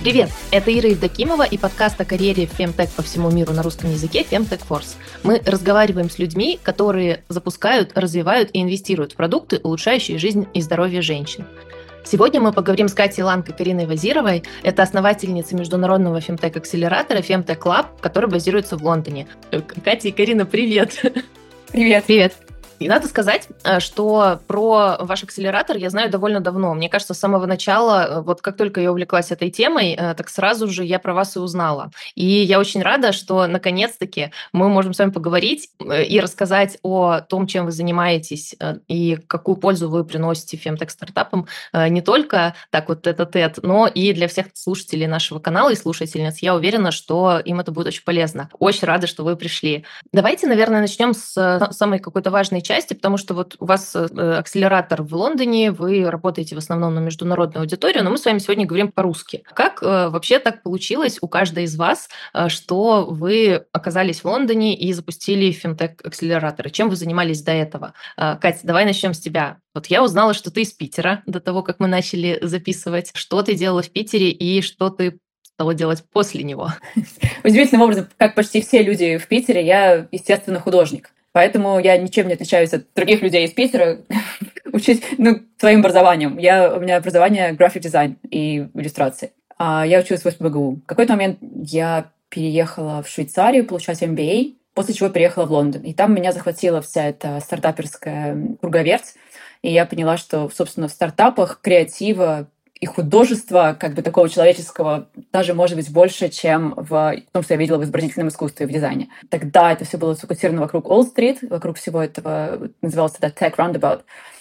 Привет! Это Ира Евдокимова и подкаст о карьере фемтек по всему миру на русском языке Femtech Force. Мы разговариваем с людьми, которые запускают, развивают и инвестируют в продукты, улучшающие жизнь и здоровье женщин. Сегодня мы поговорим с Катей Ланг и Кариной Вазировой. Это основательницы международного фемтек-акселератора Femtech Lab, который базируется в Лондоне. Катя и Карина, привет! Привет! Привет! И надо сказать, что про ваш акселератор я знаю довольно давно. Мне кажется, с самого начала, вот как только я увлеклась этой темой, так сразу же я про вас и узнала. И я очень рада, что наконец-таки мы можем с вами поговорить и рассказать о том, чем вы занимаетесь и какую пользу вы приносите фемтек-стартапам не только так вот тет-а-тет, но и для всех слушателей нашего канала и слушательниц. Я уверена, что им это будет очень полезно. Очень рада, что вы пришли. Давайте, наверное, начнем с самой какой-то важной части, потому что вот у вас акселератор в Лондоне, вы работаете в основном на международную аудиторию, но мы с вами сегодня говорим по-русски. Как вообще так получилось у каждой из вас, что вы оказались в Лондоне и запустили фемтек-акселератор? Чем вы занимались до этого? Катя, давай начнем с тебя. Вот я узнала, что ты из Питера до того, как мы начали записывать. Что ты делала в Питере и что ты стала делать после него? Удивительным образом, как почти все люди в Питере, я, естественно, художник. Поэтому я ничем не отличаюсь от других людей из Питера, учусь своим образованием. У меня образование график-дизайн и иллюстрации. Я училась в СПбГУ. В какой-то момент я переехала в Швейцарию получать MBA, после чего переехала в Лондон. И там меня захватила вся эта стартаперская круговерть. И я поняла, что, собственно, в стартапах креатива и художества, как бы такого человеческого, даже, может быть, больше, чем в том, что я видела в изобразительном искусстве, в дизайне. Тогда это все было сфокусировано вокруг Уолл-стрит, вокруг всего этого, называлось это Tech Roundabout.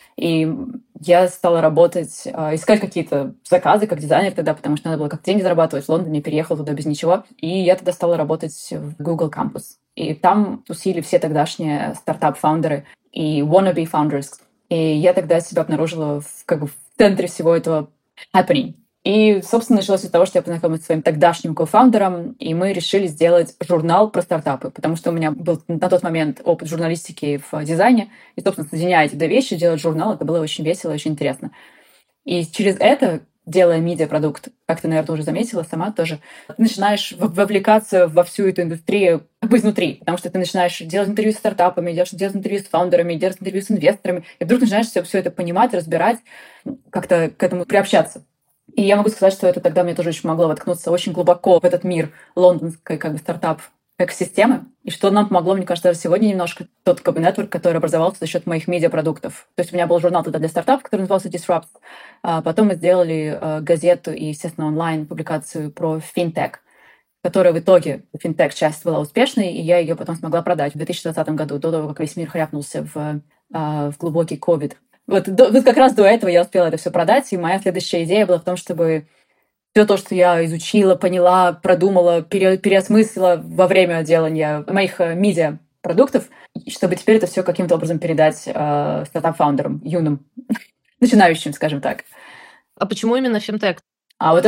И я стала работать, искать какие-то заказы как дизайнер тогда, потому что надо было как деньги зарабатывать. В Лондоне переехала туда без ничего. И я тогда стала работать в Google Campus. И там тусили все тогдашние стартап-фаундеры и wannabe founders. И я тогда себя обнаружила в центре всего этого happening. И, собственно, началось с того, что я познакомилась с своим тогдашним кофаундером, и мы решили сделать журнал про стартапы, потому что у меня был на тот момент опыт журналистики в дизайне, и, собственно, соединяя эти две вещи, делать журнал, это было очень весело и очень интересно. И через это, делая медиапродукт, как ты, наверное, уже заметила сама тоже, ты начинаешь вовлекаться во всю эту индустрию как бы изнутри, потому что ты начинаешь делать интервью с стартапами, делать интервью с фаундерами, делать интервью с инвесторами, и вдруг начинаешь все это понимать, разбирать, как-то к этому приобщаться. И я могу сказать, что это тогда мне тоже очень помогло воткнуться очень глубоко в этот мир лондонской как бы стартап-экосистемы, и что нам помогло, мне кажется, даже сегодня немножко тот как бы нетворк, который образовался за счет моих медиапродуктов. То есть у меня был журнал тогда для стартапов, который назывался Disrupt. Потом мы сделали газету и, естественно, онлайн-публикацию про финтех, которая в итоге, финтех-часть была успешной, и я ее потом смогла продать в 2020 году, до того, как весь мир хряпнулся в глубокий ковид. Вот как раз до этого я успела это все продать, и моя следующая идея была в том, чтобы все то, что я изучила, поняла, продумала, переосмыслила во время делания моих медиа-продуктов, чтобы теперь это все каким-то образом передать стартап-фаундерам, юным, начинающим, скажем так. А почему именно фемтек? Вот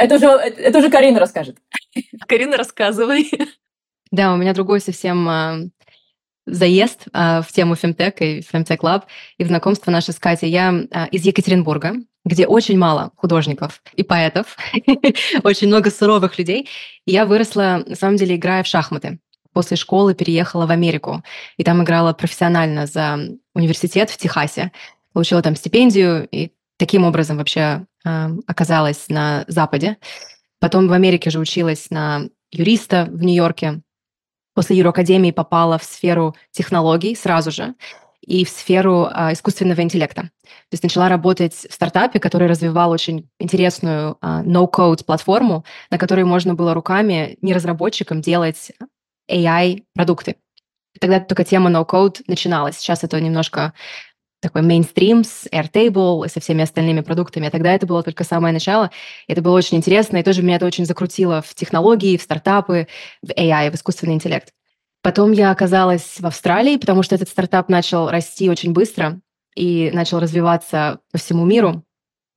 это уже Карина расскажет. Карина, рассказывай. Да, у меня другой совсем заезд в тему фемтек и Femtech Lab и в знакомство наше с Катей. Я из Екатеринбурга, где очень мало художников и поэтов, очень много суровых людей. И я выросла, на самом деле, играя в шахматы. После школы переехала в Америку, и там играла профессионально за университет в Техасе. Получила там стипендию, и таким образом вообще оказалась на Западе. Потом в Америке же училась на юриста в Нью-Йорке. После Юракадемии попала в сферу технологий сразу же и в сферу искусственного интеллекта. То есть начала работать в стартапе, который развивал очень интересную no-code платформу, на которой можно было руками, не разработчикам, делать AI-продукты. Тогда только тема no-code начиналась. Сейчас это немножко такой мейнстрим с Airtable и со всеми остальными продуктами. А тогда это было только самое начало. И это было очень интересно, и тоже меня это очень закрутило в технологии, в стартапы, в AI, в искусственный интеллект. Потом я оказалась в Австралии, потому что этот стартап начал расти очень быстро и начал развиваться по всему миру.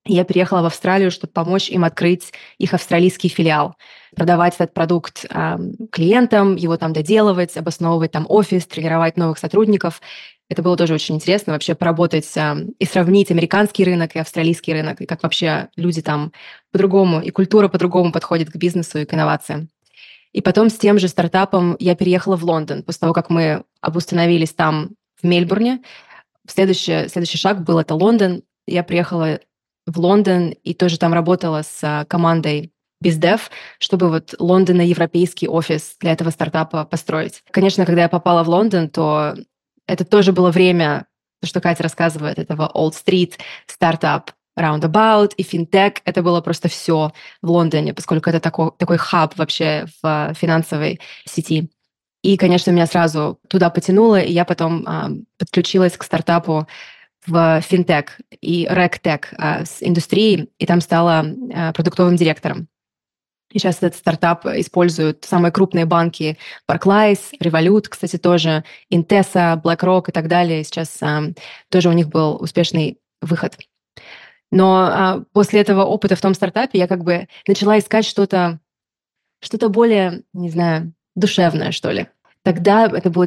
Я переехала в Австралию, чтобы помочь им открыть их австралийский филиал, продавать этот продукт клиентам, его там доделывать, обосновывать там офис, тренировать новых сотрудников. Это было тоже очень интересно вообще поработать и сравнить американский рынок и австралийский рынок, и как вообще люди там по-другому, и культура по-другому подходит к бизнесу и к инновациям. И потом с тем же стартапом я переехала в Лондон. После того, как мы обустановились там, в Мельбурне, следующий шаг был это Лондон. Я приехала в Лондон и тоже там работала с командой BizDev, чтобы вот Лондон и европейский офис для этого стартапа построить. Конечно, когда я попала в Лондон, то это тоже было время, то, что Катя рассказывает, этого Old Street, стартап Roundabout и финтех. Это было просто все в Лондоне, поскольку это такой хаб вообще в финансовой сети. И, конечно, меня сразу туда потянуло, и я потом подключилась к стартапу в финтех и регтех с индустрией, и там стала продуктовым директором. И сейчас этот стартап используют самые крупные банки Barclays, Revolut, кстати, тоже, Intesa, BlackRock и так далее. Сейчас тоже у них был успешный выход. Но после этого опыта в том стартапе я как бы начала искать что-то более, не знаю, душевное, что ли. Тогда, это было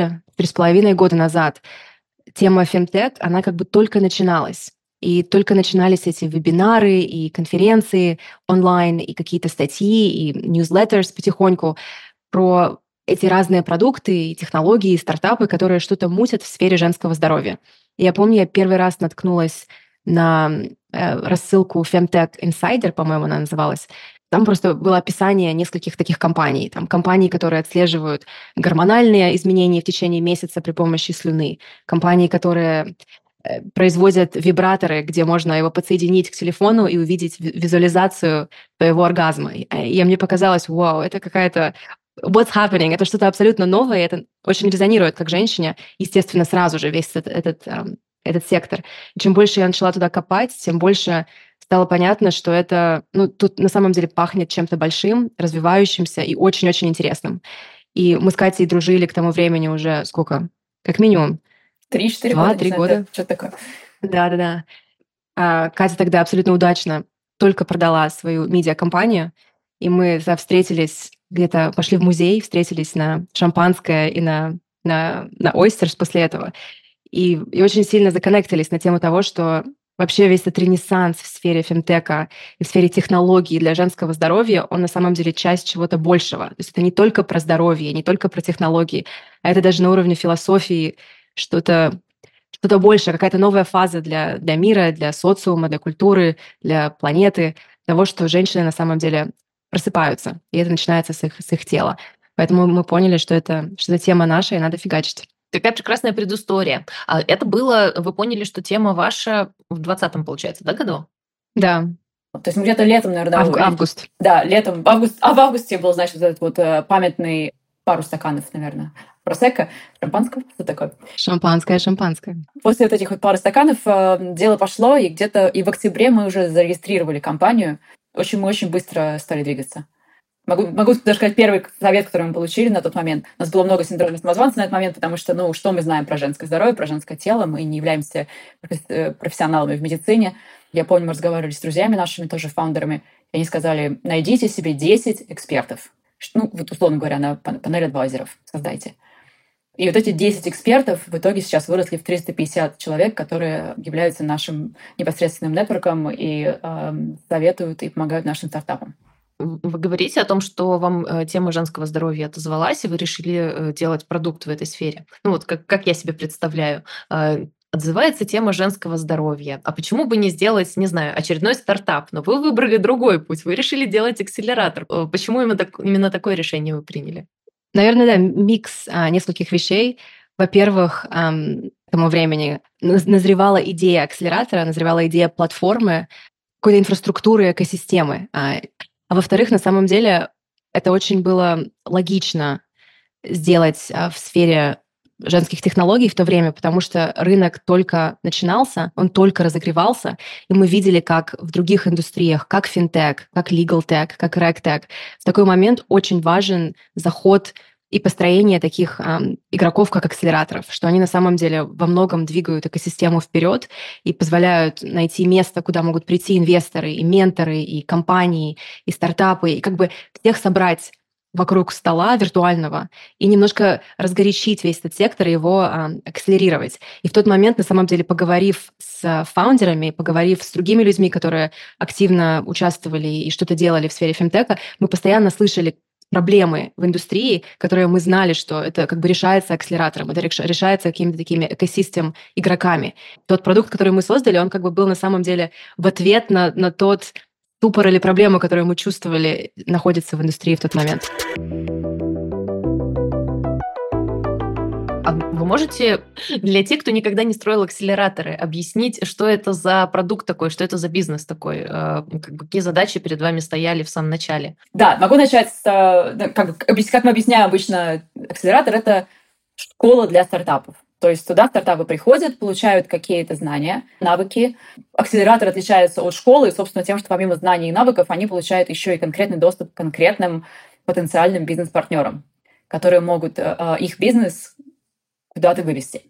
4,5 года назад, тема фемтек, она как бы только начиналась. И только начинались эти вебинары и конференции онлайн, и какие-то статьи, и newsletters потихоньку про эти разные продукты, и технологии, и стартапы, которые что-то мутят в сфере женского здоровья. И я помню, я первый раз наткнулась на рассылку Femtech Insider, по-моему, она называлась. Там просто было описание нескольких таких компаний. Там компании, которые отслеживают гормональные изменения в течение месяца при помощи слюны. Компании, которые производят вибраторы, где можно его подсоединить к телефону и увидеть визуализацию твоего оргазма. И мне показалось, вау, это какая-то what's happening? Это что-то абсолютно новое, и это очень резонирует как женщине. Естественно, сразу же весь этот сектор. И чем больше я начала туда копать, тем больше стало понятно, что это, тут на самом деле пахнет чем-то большим, развивающимся и очень-очень интересным. И мы с Катей дружили к тому времени уже сколько? Как минимум 3-4 года. 2-3 года. Что такое? Да. Катя тогда абсолютно удачно только продала свою медиакомпанию, и мы встретились где-то, пошли в музей, встретились на шампанское и на ойстерс после этого. И очень сильно законнектились на тему того, что вообще весь этот ренессанс в сфере фемтека и в сфере технологий для женского здоровья, он на самом деле часть чего-то большего. То есть это не только про здоровье, не только про технологии, а это даже на уровне философии что-то большее, какая-то новая фаза для мира, для социума, для культуры, для планеты, того, что женщины на самом деле просыпаются, и это начинается с их тела. Поэтому мы поняли, что это тема наша, и надо фигачить. Какая прекрасная предыстория. Это было, вы поняли, что тема ваша в 2020, получается, да, году? Да. То есть мы где-то летом, наверное... Август. Да, летом. В августе был, значит, этот вот памятный пару стаканов, наверное, просекко, шампанского, что такое? Шампанское. После вот этих вот пары стаканов дело пошло, и где-то и в октябре мы уже зарегистрировали компанию. Мы очень быстро стали двигаться. Могу даже сказать, первый совет, который мы получили на тот момент. У нас было много синдрома самозванца на этот момент, потому что, что мы знаем про женское здоровье, про женское тело, мы не являемся профессионалами в медицине. Я помню, мы разговаривали с друзьями нашими, тоже фаундерами, и они сказали, найдите себе 10 экспертов. Вот условно говоря, на панель адвайзеров создайте. И вот эти 10 экспертов в итоге сейчас выросли в 350 человек, которые являются нашим непосредственным нетворком и советуют и помогают нашим стартапам. Вы говорите о том, что вам тема женского здоровья отозвалась, и вы решили делать продукт в этой сфере. Вот как я себе представляю. Отзывается тема женского здоровья. А почему бы не сделать, не знаю, очередной стартап? Но вы выбрали другой путь. Вы решили делать акселератор. Почему именно такое решение вы приняли? Наверное, да, микс нескольких вещей. Во-первых, к тому времени назревала идея акселератора, назревала идея платформы, какой-то инфраструктуры, экосистемы. А во-вторых, на самом деле, это очень было логично сделать в сфере женских технологий в то время, потому что рынок только начинался, он только разогревался, и мы видели, как в других индустриях, как финтех, как legal tech, как регтех, в такой момент очень важен заход и построение таких игроков, как акселераторов, что они на самом деле во многом двигают экосистему вперед и позволяют найти место, куда могут прийти инвесторы, и менторы, и компании, и стартапы, и как бы всех собрать вокруг стола виртуального и немножко разгорячить весь этот сектор и его акселерировать. И в тот момент, на самом деле, поговорив с фаундерами, поговорив с другими людьми, которые активно участвовали и что-то делали в сфере фемтека, мы постоянно слышали проблемы в индустрии, которые мы знали, что это как бы решается акселератором, это решается какими-то такими экосистем игроками. Тот продукт, который мы создали, он как бы был на самом деле в ответ на тот ступор или проблему, которую мы чувствовали, находится в индустрии в тот момент. А вы можете для тех, кто никогда не строил акселераторы, объяснить, что это за продукт такой, что это за бизнес такой, какие задачи перед вами стояли в самом начале? Да, могу начать с... Как мы объясняем обычно, акселератор — это школа для стартапов. То есть туда стартапы приходят, получают какие-то знания, навыки. Акселератор отличается от школы, собственно, тем, что помимо знаний и навыков они получают еще и конкретный доступ к конкретным потенциальным бизнес-партнерам, которые могут их бизнес куда-то вывести.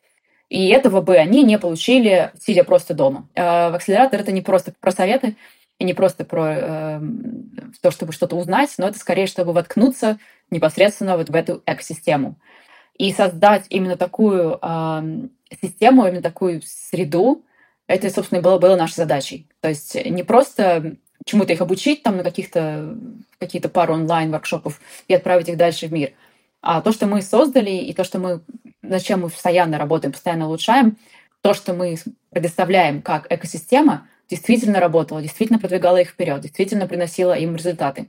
И этого бы они не получили, сидя просто дома. Акселератор — это не просто про советы и не просто про то, чтобы что-то узнать, но это скорее, чтобы воткнуться непосредственно вот в эту экосистему. И создать именно такую систему, именно такую среду, это, собственно, было нашей задачей. То есть не просто чему-то их обучить там на какие-то пару онлайн-воркшопов и отправить их дальше в мир, а то, что мы создали, и то, что над чем мы постоянно работаем, постоянно улучшаем, то, что мы предоставляем как экосистема, действительно работало, действительно продвигало их вперед, действительно приносило им результаты.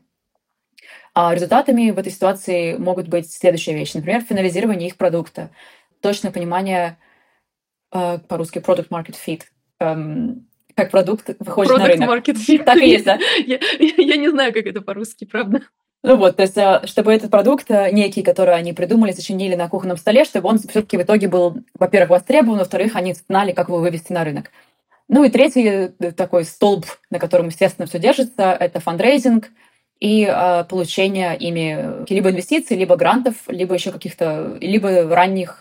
А результатами в этой ситуации могут быть следующие вещи. Например, финализирование их продукта, точное понимание, по-русски product market fit, как продукт выходит на рынок. Product market fit. Так и есть, да? Я не знаю, как это по-русски, правда. Ну вот, то есть, чтобы этот продукт некий, который они придумали, сочинили на кухонном столе, чтобы он все-таки в итоге был, во-первых, востребован, во-вторых, они знали, как его вывести на рынок. Ну и третий такой столб, на котором, естественно, все держится, это фандрейзинг и получение ими либо инвестиций, либо грантов, либо еще каких-то, либо ранних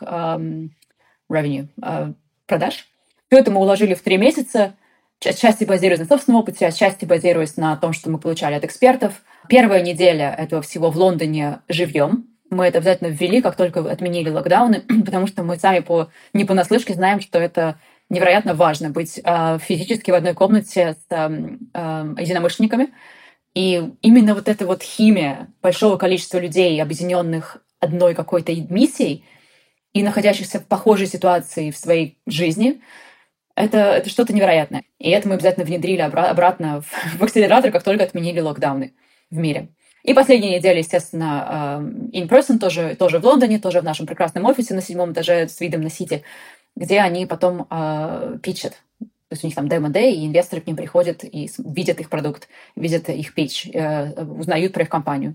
revenue, продаж. Все это мы уложили в 3 месяца, отчасти базируясь на собственном опыте, отчасти базируясь на том, что мы получали от экспертов. Первая неделя этого всего в Лондоне живьем. Мы это обязательно ввели, как только отменили локдауны, потому что мы сами не понаслышке знаем, что это невероятно важно быть физически в одной комнате с единомышленниками. И именно вот эта вот химия большого количества людей, объединенных одной какой-то миссией и находящихся в похожей ситуации в своей жизни, это что-то невероятное. И это мы обязательно внедрили обратно в акселератор, как только отменили локдауны в мире. И последняя неделя, естественно, in-person, тоже в Лондоне, тоже в нашем прекрасном офисе на 7 этаже с видом на Сити, где они потом питчат. То есть у них там демо-дэй, и инвесторы к ним приходят и видят их продукт, видят их питч, узнают про их компанию.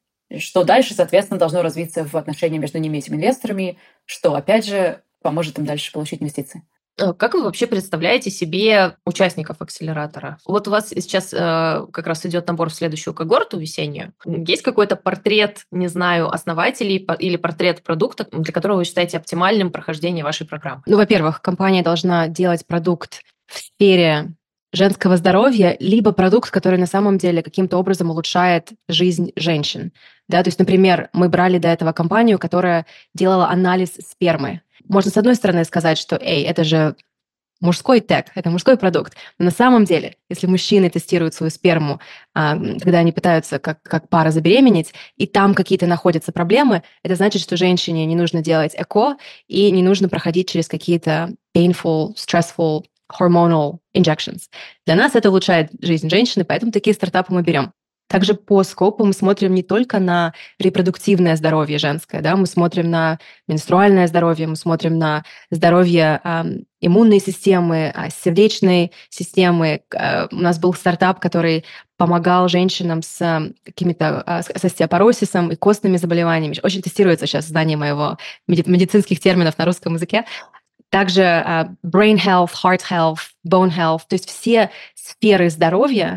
Что дальше, соответственно, должно развиться в отношении между ними и этими инвесторами, что, опять же, поможет им дальше получить инвестиции. Как вы вообще представляете себе участников акселератора? Вот у вас сейчас как раз идет набор в следующую когорту весеннюю. Есть какой-то портрет, не знаю, основателей или портрет продукта, для которого вы считаете оптимальным прохождение вашей программы? Ну, во-первых, компания должна делать продукт в сфере женского здоровья, либо продукт, который на самом деле каким-то образом улучшает жизнь женщин. Да, то есть, например, мы брали до этого компанию, которая делала анализ спермы. Можно, с одной стороны, сказать, что, это же мужской тег, это мужской продукт. Но на самом деле, если мужчины тестируют свою сперму, когда они пытаются как пара забеременеть, и там какие-то находятся проблемы, это значит, что женщине не нужно делать ЭКО и не нужно проходить через какие-то painful, stressful, hormonal injections. Для нас это улучшает жизнь женщины, поэтому такие стартапы мы берем. Также по скопу мы смотрим не только на репродуктивное здоровье женское, да, мы смотрим на менструальное здоровье, мы смотрим на здоровье иммунной системы, сердечной системы. У нас был стартап, который помогал женщинам с какими-то с остеопоросисом и костными заболеваниями. Очень тестируется сейчас знание моего медицинских терминов на русском языке. Также brain health, heart health, bone health, то есть все сферы здоровья,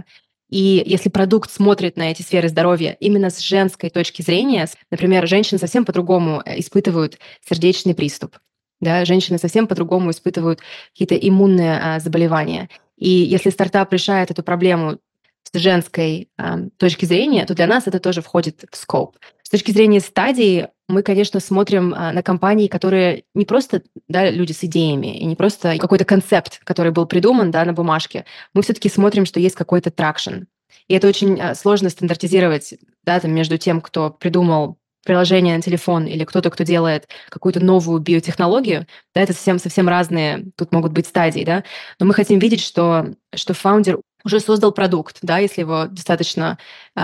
И если продукт смотрит на эти сферы здоровья именно с женской точки зрения, например, женщины совсем по-другому испытывают сердечный приступ, да, женщины совсем по-другому испытывают какие-то иммунные заболевания. И если стартап решает эту проблему с женской точки зрения, то для нас это тоже входит в скоп. С точки зрения стадии мы, конечно, смотрим на компании, которые не просто, да, люди с идеями, и не просто какой-то концепт, который был придуман, да, на бумажке. Мы все-таки смотрим, что есть какой-то тракшн. И это очень сложно стандартизировать, да, там, между тем, кто придумал приложение на телефон или кто-то, кто делает какую-то новую биотехнологию, да, это совсем разные, тут могут быть стадии, да, но мы хотим видеть, что фаундер уже создал продукт, да, если его достаточно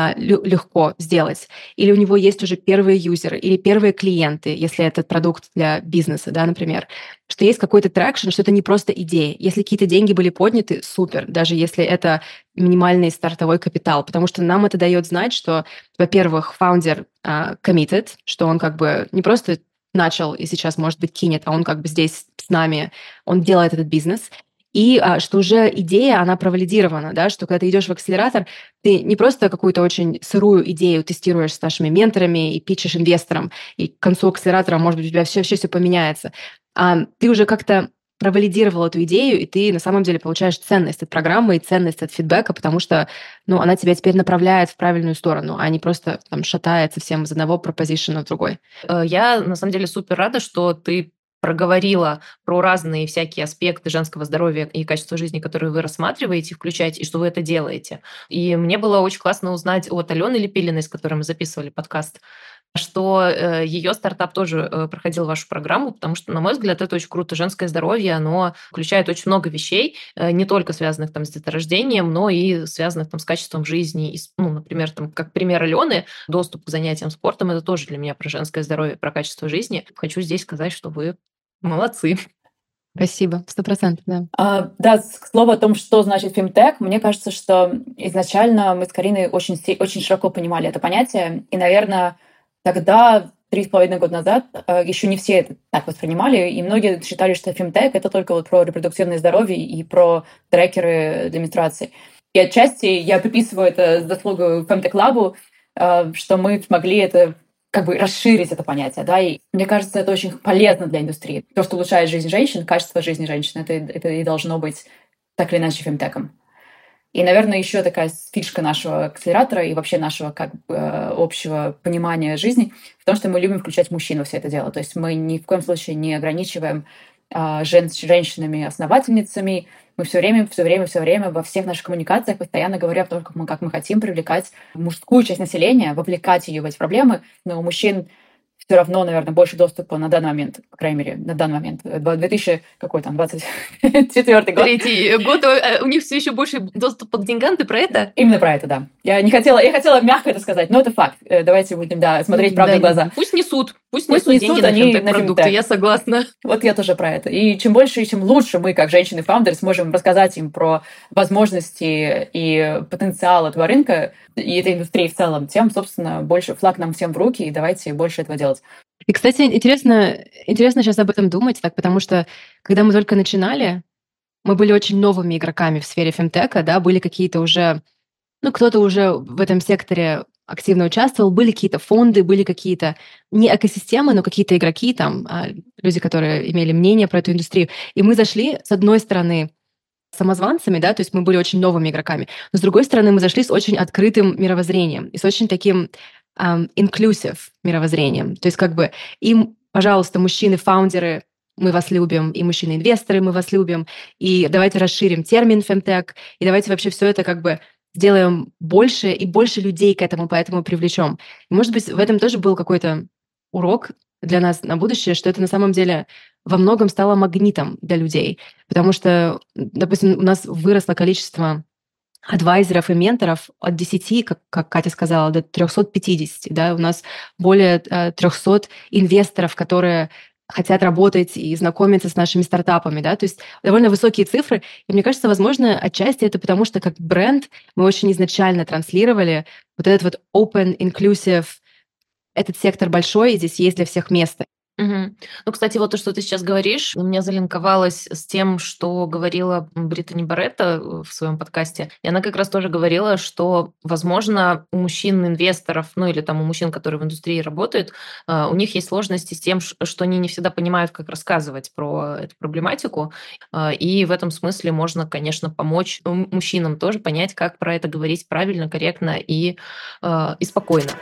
легко сделать, или у него есть уже первые юзеры или первые клиенты, если этот продукт для бизнеса, да, например, что есть какой-то трекшн, что это не просто идея. Если какие-то деньги были подняты, супер, даже если это минимальный стартовой капитал, потому что нам это дает знать, что, во-первых, фаундер committed, что он как бы не просто начал и сейчас, может быть, кинет, а он как бы здесь с нами, он делает этот бизнес. И что уже идея, она провалидирована, да, что когда ты идешь в акселератор, ты не просто какую-то очень сырую идею тестируешь с нашими менторами и питчишь инвесторам, и к концу акселератора, может быть, у тебя все поменяется, а ты уже как-то провалидировал эту идею, и ты на самом деле получаешь ценность от программы и ценность от фидбэка, потому что, ну, она тебя теперь направляет в правильную сторону, а не просто там шатает совсем из одного пропозишена в другой. Я, на самом деле, супер рада, что ты проговорила про разные всякие аспекты женского здоровья и качества жизни, которые вы рассматриваете, включаете, и что вы это делаете. И мне было очень классно узнать от Алены Лепилиной, с которой мы записывали подкаст, что ее стартап тоже проходил вашу программу, потому что, на мой взгляд, это очень круто. Женское здоровье, оно включает очень много вещей, не только связанных там с деторождением, но и связанных там с качеством жизни. И, ну, например, там, как пример Алены, доступ к занятиям спортом, это тоже для меня про женское здоровье, про качество жизни. Хочу здесь сказать, что вы молодцы. Спасибо, 100%, да. Да, к слову о том, что значит фемтек, мне кажется, что изначально мы с Кариной очень широко понимали это понятие, и, наверное, тогда, 3,5 года назад, еще не все это так воспринимали, и многие считали, что фемтек — это только вот про репродуктивное здоровье и про трекеры для менструации. И отчасти я приписываю это заслугу Femtech Lab, что мы смогли это как бы расширить это понятие, да, и мне кажется, это очень полезно для индустрии. То, что улучшает жизнь женщин, качество жизни женщин, это и должно быть так или иначе фемтеком. И, наверное, еще такая фишка нашего акселератора и вообще нашего как бы общего понимания жизни в том, что мы любим включать мужчин во все это дело. То есть мы ни в коем случае не ограничиваем женщинами-основательницами. Мы все время во всех наших коммуникациях постоянно говорим о том, как мы хотим привлекать мужскую часть населения, вовлекать ее в эти проблемы, но у мужчин все равно, наверное, больше доступа на данный момент, по крайней мере, на данный момент. 2024 год. Третий год, у них все еще больше доступа к деньгам, ты про это? Именно про это, да. Я хотела мягко это сказать, но это факт. Давайте будем, смотреть правду в глаза. Пусть несут деньги на фемтек-продукты, я согласна. Вот я тоже про это. И чем больше и чем лучше мы, как женщины-фаундеры, сможем рассказать им про возможности и потенциал этого рынка и этой индустрии в целом, тем, собственно, больше флаг нам всем в руки, и давайте больше этого делать. И, кстати, интересно сейчас об этом думать, так, потому что, когда мы только начинали, мы были очень новыми игроками в сфере фемтека, да, были какие-то уже, кто-то уже в этом секторе активно участвовал, были какие-то фонды, были какие-то не экосистемы, но какие-то игроки, там, люди, которые имели мнение про эту индустрию. И мы зашли, с одной стороны, самозванцами, да, то есть мы были очень новыми игроками, но с другой стороны, мы зашли с очень открытым мировоззрением и с очень таким inclusive мировоззрением. То есть как бы им, пожалуйста, мужчины-фаундеры, мы вас любим, и мужчины-инвесторы, мы вас любим, и давайте расширим термин фемтек, и давайте вообще все это как бы сделаем больше, и больше людей к этому поэтому привлечем. И, может быть, в этом тоже был какой-то урок для нас на будущее, что это на самом деле во многом стало магнитом для людей, потому что, допустим, у нас выросло количество адвайзеров и менторов от 10, как Катя сказала, до 350. Да? У нас более 300 инвесторов, которые хотят работать и знакомиться с нашими стартапами. Да? То есть довольно высокие цифры. И мне кажется, возможно, отчасти это потому, что как бренд мы очень изначально транслировали вот этот вот open, inclusive, этот сектор большой, и здесь есть для всех место. Мгм. Ну, кстати, вот то, что ты сейчас говоришь, у меня залинковалось с тем, что говорила Британи Барретта в своем подкасте. И она как раз тоже говорила, что, возможно, у мужчин-инвесторов, ну или там у мужчин, которые в индустрии работают, у них есть сложности с тем, что они не всегда понимают, как рассказывать про эту проблематику. И в этом смысле можно, конечно, помочь мужчинам тоже понять, как про это говорить правильно, корректно и спокойно.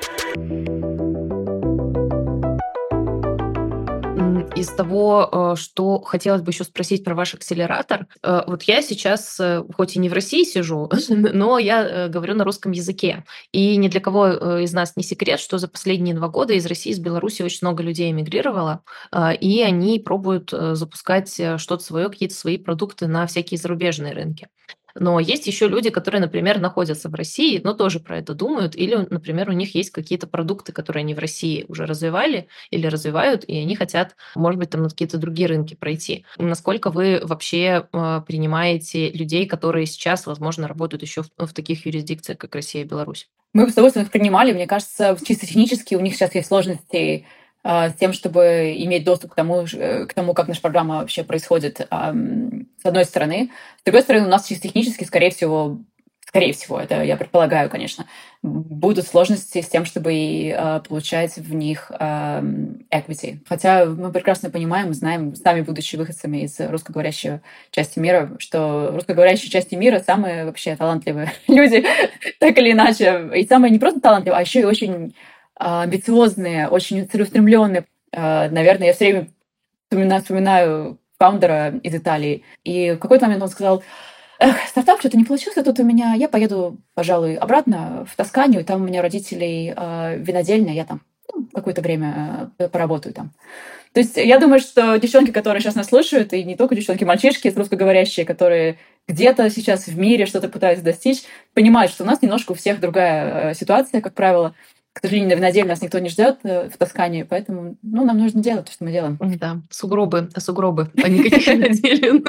Из того, что хотелось бы еще спросить про ваш акселератор. Вот я сейчас, хоть и не в России сижу, но я говорю на русском языке. И ни для кого из нас не секрет, что за последние 2 года из России, из Беларуси очень много людей эмигрировало, и они пробуют запускать что-то свое, какие-то свои продукты на всякие зарубежные рынки. Но есть еще люди, которые, например, находятся в России, но тоже про это думают, или, например, у них есть какие-то продукты, которые они в России уже развивали или развивают, и они хотят, может быть, там на какие-то другие рынки пройти. Насколько вы вообще принимаете людей, которые сейчас, возможно, работают еще в таких юрисдикциях, как Россия и Беларусь? Мы с удовольствием их принимали. Мне кажется, чисто технически у них сейчас есть сложности с тем, чтобы иметь доступ к тому, как наша программа вообще происходит, с одной стороны. С другой стороны, у нас чисто технически, скорее всего, это я предполагаю, конечно, будут сложности с тем, чтобы получать в них equity. Хотя мы прекрасно понимаем, знаем, сами будучи выходцами из русскоговорящей части мира, что русскоговорящей части мира самые вообще талантливые люди, так или иначе. И самые не просто талантливые, а еще и очень амбициозные, очень целеустремленные. Наверное, я все время вспоминаю фаундера из Италии. И в какой-то момент он сказал: стартап что-то не получился тут у меня, я поеду, пожалуй, обратно в Тосканию, там у меня у родителей винодельня, я там какое-то время поработаю там. То есть я думаю, что девчонки, которые сейчас нас слушают, и не только девчонки, мальчишки русскоговорящие, которые где-то сейчас в мире что-то пытаются достичь, понимают, что у нас немножко у всех другая ситуация, как правило. К сожалению, на виноделе нас никто не ждет в Тоскане, поэтому нам нужно делать то, что мы делаем. Да, сугробы, а никаких виноделин.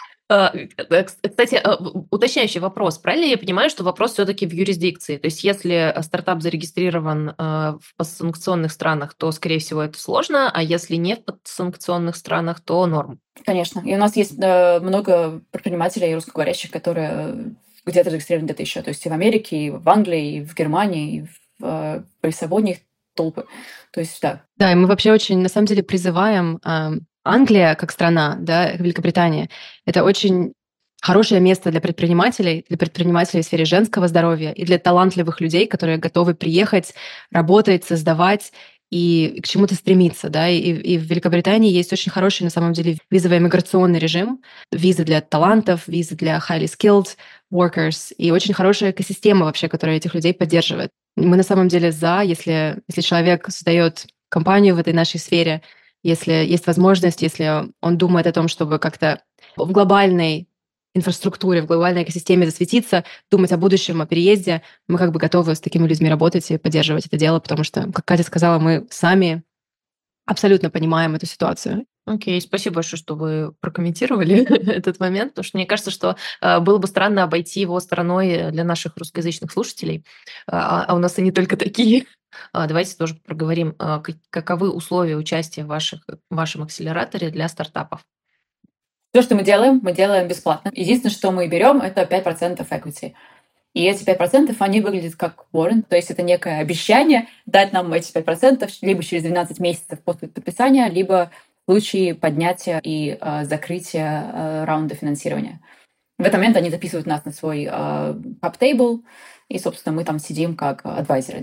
Кстати, уточняющий вопрос. Правильно я понимаю, что вопрос все-таки в юрисдикции? То есть если стартап зарегистрирован в постсанкционных странах, то, скорее всего, это сложно, а если не в подсанкционных странах, то норм? Конечно. И у нас есть много предпринимателей русскоговорящих, которые где-то зарегистрированы где-то еще. То есть и в Америке, и в Англии, и в Германии, и в Лиссабоне их толпы. То есть, да. Да, и мы вообще очень, на самом деле, призываем Англия как страна, да, Великобритания, это очень хорошее место для предпринимателей в сфере женского здоровья и для талантливых людей, которые готовы приехать, работать, создавать и к чему-то стремиться. Да? И в Великобритании есть очень хороший, на самом деле, визово-иммиграционный режим, визы для талантов, визы для highly skilled workers, и очень хорошая экосистема вообще, которая этих людей поддерживает. Мы на самом деле если человек создает компанию в этой нашей сфере, если есть возможность, если он думает о том, чтобы как-то в глобальной инфраструктуре, в глобальной экосистеме засветиться, думать о будущем, о переезде, мы как бы готовы с такими людьми работать и поддерживать это дело, потому что, как Катя сказала, мы сами абсолютно понимаем эту ситуацию. Окей, спасибо большое, что вы прокомментировали этот момент, потому что мне кажется, что было бы странно обойти его стороной для наших русскоязычных слушателей, а у нас и не только такие. Давайте тоже проговорим, каковы условия участия в вашем акселераторе для стартапов. То, что мы делаем бесплатно. Единственное, что мы берем, это 5% equity. И эти 5%, они выглядят как warrant, то есть это некое обещание дать нам эти 5% либо через 12 месяцев после подписания, либо в случае поднятия и закрытия раунда финансирования. В этот момент они записывают нас на свой cap table, и, собственно, мы там сидим как адвайзеры,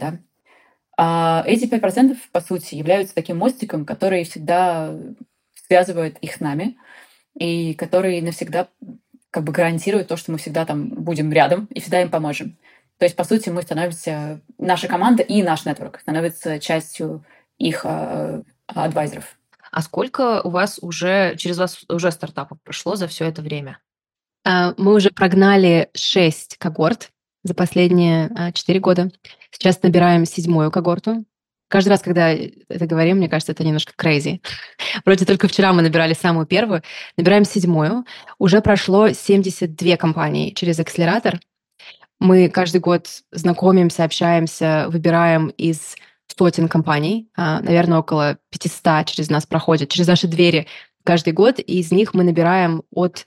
да. Эти 5%, по сути, являются таким мостиком, который всегда связывает их с нами, и который навсегда как бы гарантирует то, что мы всегда там будем рядом и всегда им поможем. То есть, по сути, мы становимся, наша команда и наш нетворк становится частью их адвайзеров. А сколько через вас уже стартапов прошло за все это время? Мы уже прогнали 6 когорт за последние 4 года. Сейчас набираем 7-ю когорту. Каждый раз, когда это говорим, мне кажется, это немножко crazy. Вроде только вчера мы набирали самую первую, набираем 7-ю. Уже прошло 72 компании через акселератор. Мы каждый год знакомимся, общаемся, выбираем из сотен компаний, наверное, около 500 через нас проходят, через наши двери каждый год, и из них мы набираем от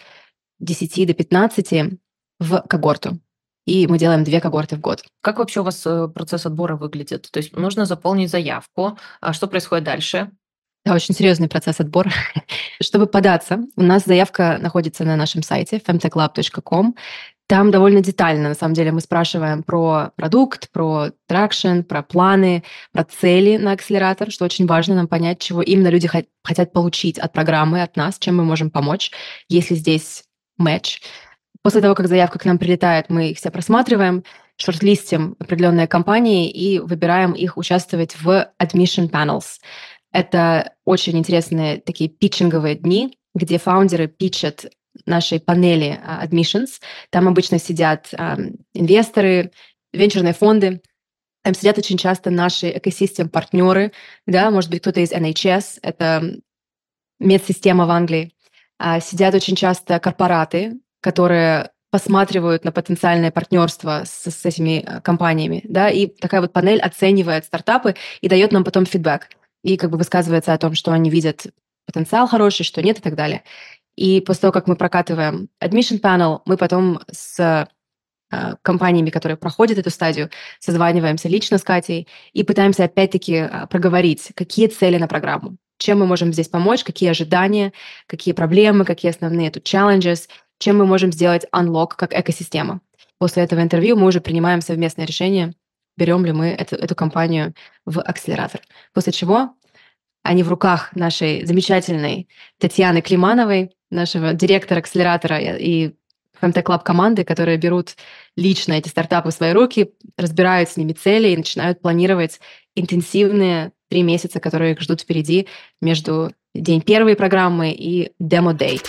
10 до 15 в когорту. И мы делаем 2 когорты в год. Как вообще у вас процесс отбора выглядит? То есть нужно заполнить заявку. А что происходит дальше? Да, очень серьезный процесс отбора. Чтобы податься, у нас заявка находится на нашем сайте femtechlab.com. Там довольно детально, на самом деле, мы спрашиваем про продукт, про тракшн, про планы, про цели на акселератор, что очень важно нам понять, чего именно люди хотят получить от программы, от нас, чем мы можем помочь, если здесь матч. После того, как заявка к нам прилетает, мы их все просматриваем, шортлистим определенные компании и выбираем их участвовать в admission panels. Это очень интересные такие питчинговые дни, где фаундеры питчат нашей панели admissions. Там обычно сидят инвесторы, венчурные фонды. Там сидят очень часто наши экосистем-партнеры, да, может быть, кто-то из NHS, это медсистема в Англии. Сидят очень часто корпораты, которые посматривают на потенциальное партнерство с этими компаниями, да, и такая вот панель оценивает стартапы и дает нам потом фидбэк. И как бы высказывается о том, что они видят потенциал хороший, что нет и так далее. И после того, как мы прокатываем admission panel, мы потом с компаниями, которые проходят эту стадию, созваниваемся лично с Катей и пытаемся опять-таки проговорить, какие цели на программу, чем мы можем здесь помочь, какие ожидания, какие проблемы, какие основные тут challenges, чем мы можем сделать unlock как экосистема. После этого интервью мы уже принимаем совместное решение, берем ли мы эту компанию в акселератор. После чего они в руках нашей замечательной Татьяны Климановой, нашего директора акселератора и Femtech Lab команды, которые берут лично эти стартапы в свои руки, разбирают с ними цели и начинают планировать интенсивные 3 месяца, которые их ждут впереди между день первой программы и демо-дей.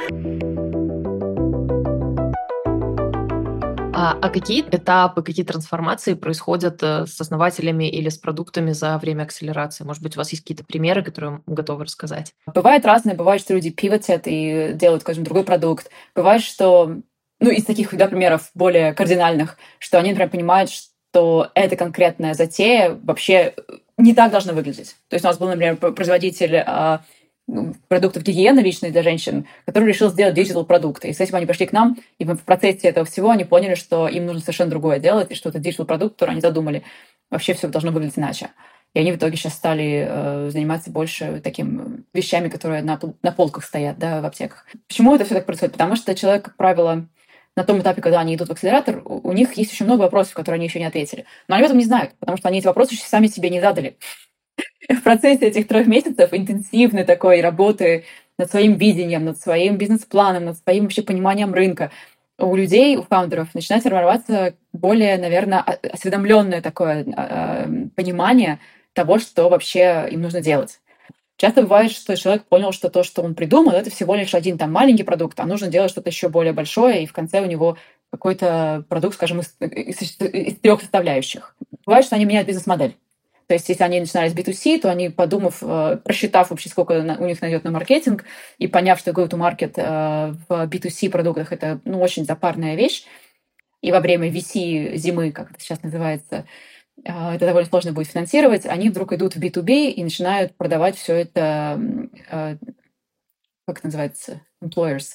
А какие этапы, какие трансформации происходят с основателями или с продуктами за время акселерации? Может быть, у вас есть какие-то примеры, которые вы готовы рассказать? Бывает разное. Бывает, что люди пивотят и делают, скажем, другой продукт. Бывает, что, из таких, да, примеров более кардинальных, что они, например, понимают, что эта конкретная затея вообще не так должна выглядеть. То есть у нас был, например, производитель продуктов гигиены личной для женщин, который решил сделать диджитал-продукты. И с этим они пришли к нам, и в процессе этого всего они поняли, что им нужно совершенно другое делать, и что это диджитал-продукт, который они задумали, вообще все должно выглядеть иначе. И они в итоге сейчас стали заниматься больше такими вещами, которые на полках стоят, да, в аптеках. Почему это все так происходит? Потому что человек, как правило, на том этапе, когда они идут в акселератор, у них есть очень много вопросов, которые они еще не ответили. Но они об этом не знают, потому что они эти вопросы еще сами себе не задали. В процессе этих 3 месяцев интенсивной такой работы над своим видением, над своим бизнес-планом, над своим вообще пониманием рынка у людей, у фаундеров начинает формироваться более, наверное, осведомленное такое понимание того, что вообще им нужно делать. Часто бывает, что человек понял, что то, что он придумал, это всего лишь один там маленький продукт, а нужно делать что-то еще более большое, и в конце у него какой-то продукт, скажем, из 3 составляющих. Бывает, что они меняют бизнес-модель. То есть, если они начинали с B2C, то они, подумав, просчитав вообще, сколько у них найдет на маркетинг, и поняв, что go-to-market в B2C продуктах это очень запарная вещь, и во время VC зимы, как это сейчас называется, это довольно сложно будет финансировать, они вдруг идут в B2B и начинают продавать все это, как это называется, employers.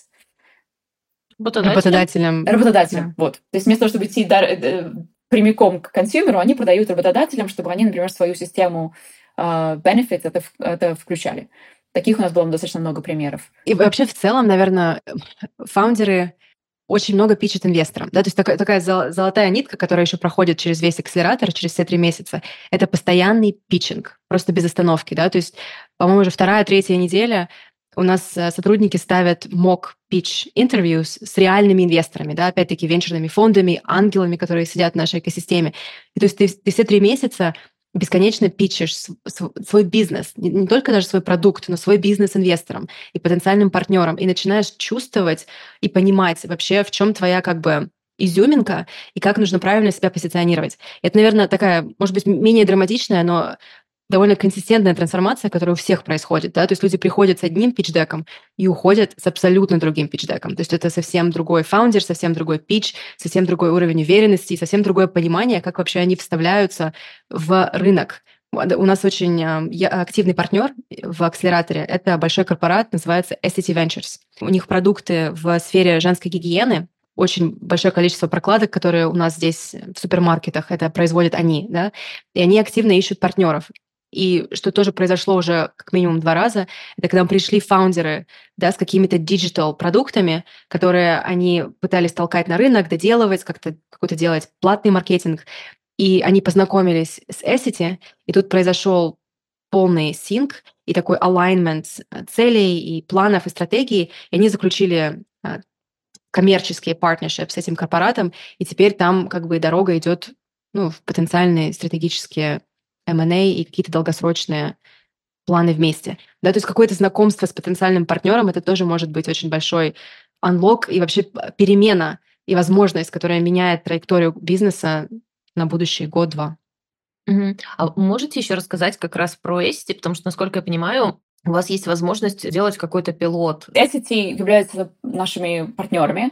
Работодателям. Работодателям, вот. То есть вместо того, чтобы идти прямиком к консюмеру, они продают работодателям, чтобы они, например, свою систему benefits это включали. Таких у нас было достаточно много примеров. И вообще в целом, наверное, фаундеры очень много питчат инвесторам. Да? То есть такая золотая нитка, которая еще проходит через весь акселератор, через все 3 месяца, это постоянный питчинг, просто без остановки. Да? То есть, по-моему, уже 2-3 неделя у нас сотрудники ставят mock-pitch interviews с реальными инвесторами, да, опять-таки венчурными фондами, ангелами, которые сидят в нашей экосистеме. И то есть ты все 3 месяца бесконечно питчишь свой бизнес, не только даже свой продукт, но свой бизнес инвесторам и потенциальным партнерам, и начинаешь чувствовать и понимать вообще, в чем твоя как бы изюминка и как нужно правильно себя позиционировать. Это, наверное, такая, может быть, менее драматичная, но довольно консистентная трансформация, которая у всех происходит. Да? То есть люди приходят с одним питч-деком и уходят с абсолютно другим питч-деком. То есть это совсем другой фаундер, совсем другой питч, совсем другой уровень уверенности, совсем другое понимание, как вообще они вставляются в рынок, У нас очень активный партнер в акселераторе. Это большой корпорат, называется SCT Ventures. У них продукты в сфере женской гигиены, очень большое количество прокладок, которые у нас здесь в супермаркетах, это производят они, да, и они активно ищут партнеров. И что тоже произошло уже как минимум 2 раза, это когда пришли фаундеры, да, с какими-то диджитал-продуктами, которые они пытались толкать на рынок, доделывать, как-то какой-то делать платный маркетинг, и они познакомились с Essity, и тут произошел полный синк и такой alignment целей и планов и стратегий, и они заключили коммерческие партнершип с этим корпоратом, и теперь там как бы дорога идет в потенциальные стратегические M&A и какие-то долгосрочные планы вместе. Да, то есть какое-то знакомство с потенциальным партнером, это тоже может быть очень большой unlock и вообще перемена и возможность, которая меняет траекторию бизнеса на будущий год-два. А можете еще рассказать как раз про Essity, потому что, насколько я понимаю, у вас есть возможность делать какой-то пилот. Essity являются нашими партнерами.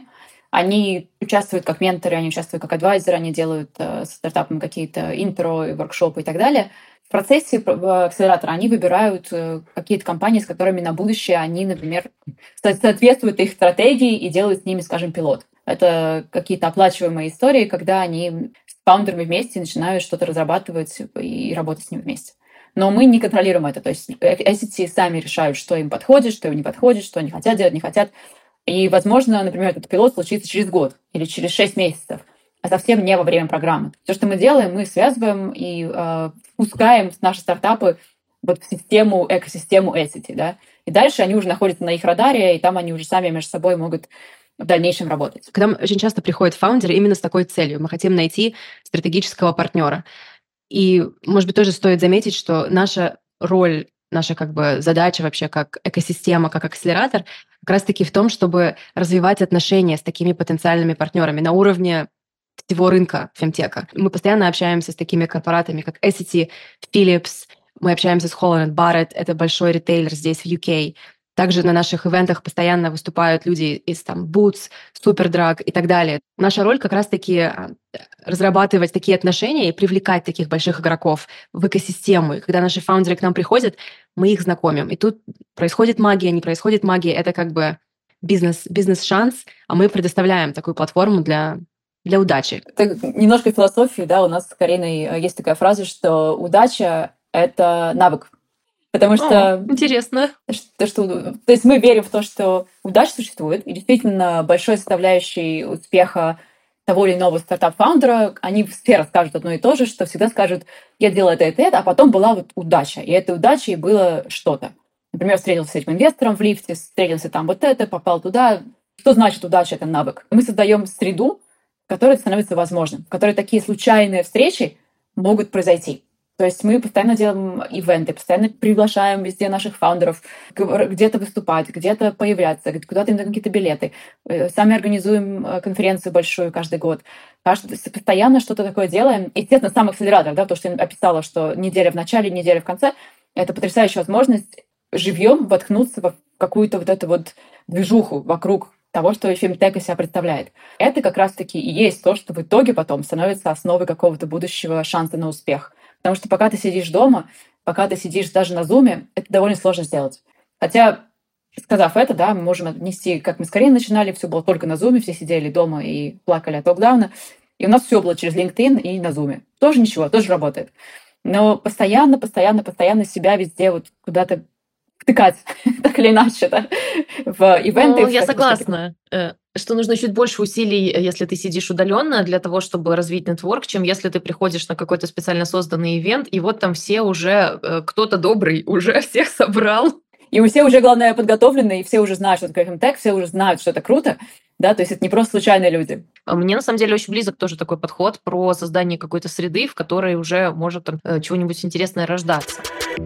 Они участвуют как менторы, они участвуют как адвайзеры, они делают с стартапом какие-то интро, воркшопы и так далее. В процессе акселератора они выбирают какие-то компании, с которыми на будущее они, например, соответствуют их стратегии и делают с ними, скажем, пилот. Это какие-то оплачиваемые истории, когда они с фаундерами вместе начинают что-то разрабатывать и работать с ними вместе. Но мы не контролируем это. То есть Essity сами решают, что им подходит, что им не подходит, что они хотят делать, не хотят. И, возможно, например, этот пилот случится через год или через 6 месяцев, а совсем не во время программы. Все, что мы делаем, мы связываем и впускаем наши стартапы вот в экосистему Essity. Да? И дальше они уже находятся на их радаре, и там они уже сами между собой могут в дальнейшем работать. К нам очень часто приходят фаундеры именно с такой целью. Мы хотим найти стратегического партнера. И, может быть, тоже стоит заметить, что наша роль, наша как бы задача вообще как экосистема, как акселератор, как раз-таки в том, чтобы развивать отношения с такими потенциальными партнерами на уровне всего рынка фемтека. Мы постоянно общаемся с такими корпоратами, как Essity, Philips, мы общаемся с Holland Barrett, это большой ритейлер здесь, в UK. Также на наших ивентах постоянно выступают люди из Boots, Superdrug и так далее. Наша роль как раз-таки разрабатывать такие отношения и привлекать таких больших игроков в экосистему. И когда наши фаундеры к нам приходят, мы их знакомим. И тут происходит магия, не происходит магия. Это как бы бизнес-шанс, а мы предоставляем такую платформу для удачи. Это немножко философии, да, у нас с Кариной есть такая фраза, что удача — это навык. Потому что... Интересно. То есть мы верим в то, что удача существует, и действительно большой составляющей успеха того или иного стартап-фаундера, они все расскажут одно и то же, что всегда скажут: я делал это, а потом была вот удача. И этой удачей было что-то. Например, встретился с этим инвестором в лифте, встретился там вот это, попал туда. Что значит удача? Это навык. Мы создаем среду, в которой это становится возможным, в которой такие случайные встречи могут произойти. То есть мы постоянно делаем ивенты, постоянно приглашаем везде наших фаундеров где-то выступать, где-то появляться, куда-то им даем какие-то билеты. Сами организуем конференцию большую каждый год. Постоянно что-то такое делаем. Естественно, сам акселератор, да, то, что я описала, что неделя в начале, неделя в конце, это потрясающая возможность живьем воткнуться в какую-то вот эту вот движуху вокруг того, что фемтек из себя представляет. Это как раз-таки и есть то, что в итоге потом становится основой какого-то будущего шанса на успех. Потому что пока ты сидишь дома, пока ты сидишь даже на Зуме, это довольно сложно сделать. Хотя, сказав это, да, мы можем отнести, как мы с Кариной начинали, все было только на Зуме, все сидели дома и плакали от локдауна, и у нас все было через LinkedIn и на Зуме. Тоже ничего, тоже работает. Но постоянно себя везде вот куда-то втыкать, так или иначе, да, в ивенты. Я согласна, что нужно чуть больше усилий, если ты сидишь удаленно, для того, чтобы развить нетворк, чем если ты приходишь на какой-то специально созданный ивент, и вот там все уже, кто-то добрый уже всех собрал. И все уже, главное, подготовлены, и все уже знают, что такое фемтек, все уже знают, что это круто, да, то есть это не просто случайные люди. Мне, на самом деле, очень близок тоже такой подход про создание какой-то среды, в которой уже может там чего-нибудь интересное рождаться.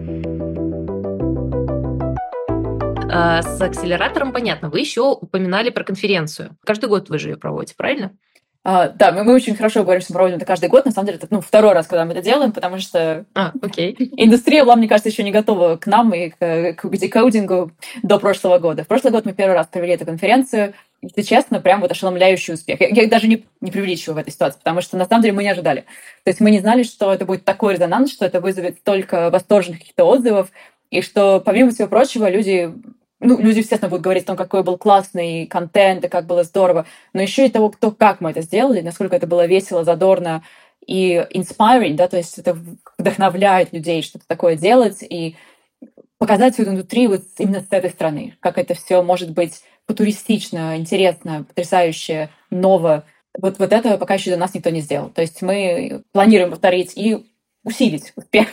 С акселератором понятно. Вы еще упоминали про конференцию. Каждый год вы же ее проводите, правильно? Да, мы очень хорошо говорим, что мы проводим это каждый год. На самом деле, это второй раз, когда мы это делаем, потому что индустрия была, мне кажется, еще не готова к нам и к декодингу до прошлого года. В прошлый год мы первый раз провели эту конференцию. если честно, прям вот ошеломляющий успех. Я даже не преувеличиваю в этой ситуации, потому что на самом деле мы не ожидали. То есть мы не знали, что это будет такой резонанс, что это вызовет столько восторженных каких-то отзывов, и что, помимо всего прочего, люди, естественно, будут говорить о том, какой был классный контент и как было здорово, но еще и того, как мы это сделали, насколько это было весело, задорно и inspiring, да, то есть это вдохновляет людей что-то такое делать и показать всю эту индустрию вот именно с этой стороны, как это все может быть футуристично, интересно, потрясающе, ново. Вот это пока еще до нас никто не сделал. То есть мы планируем повторить и усилить успех,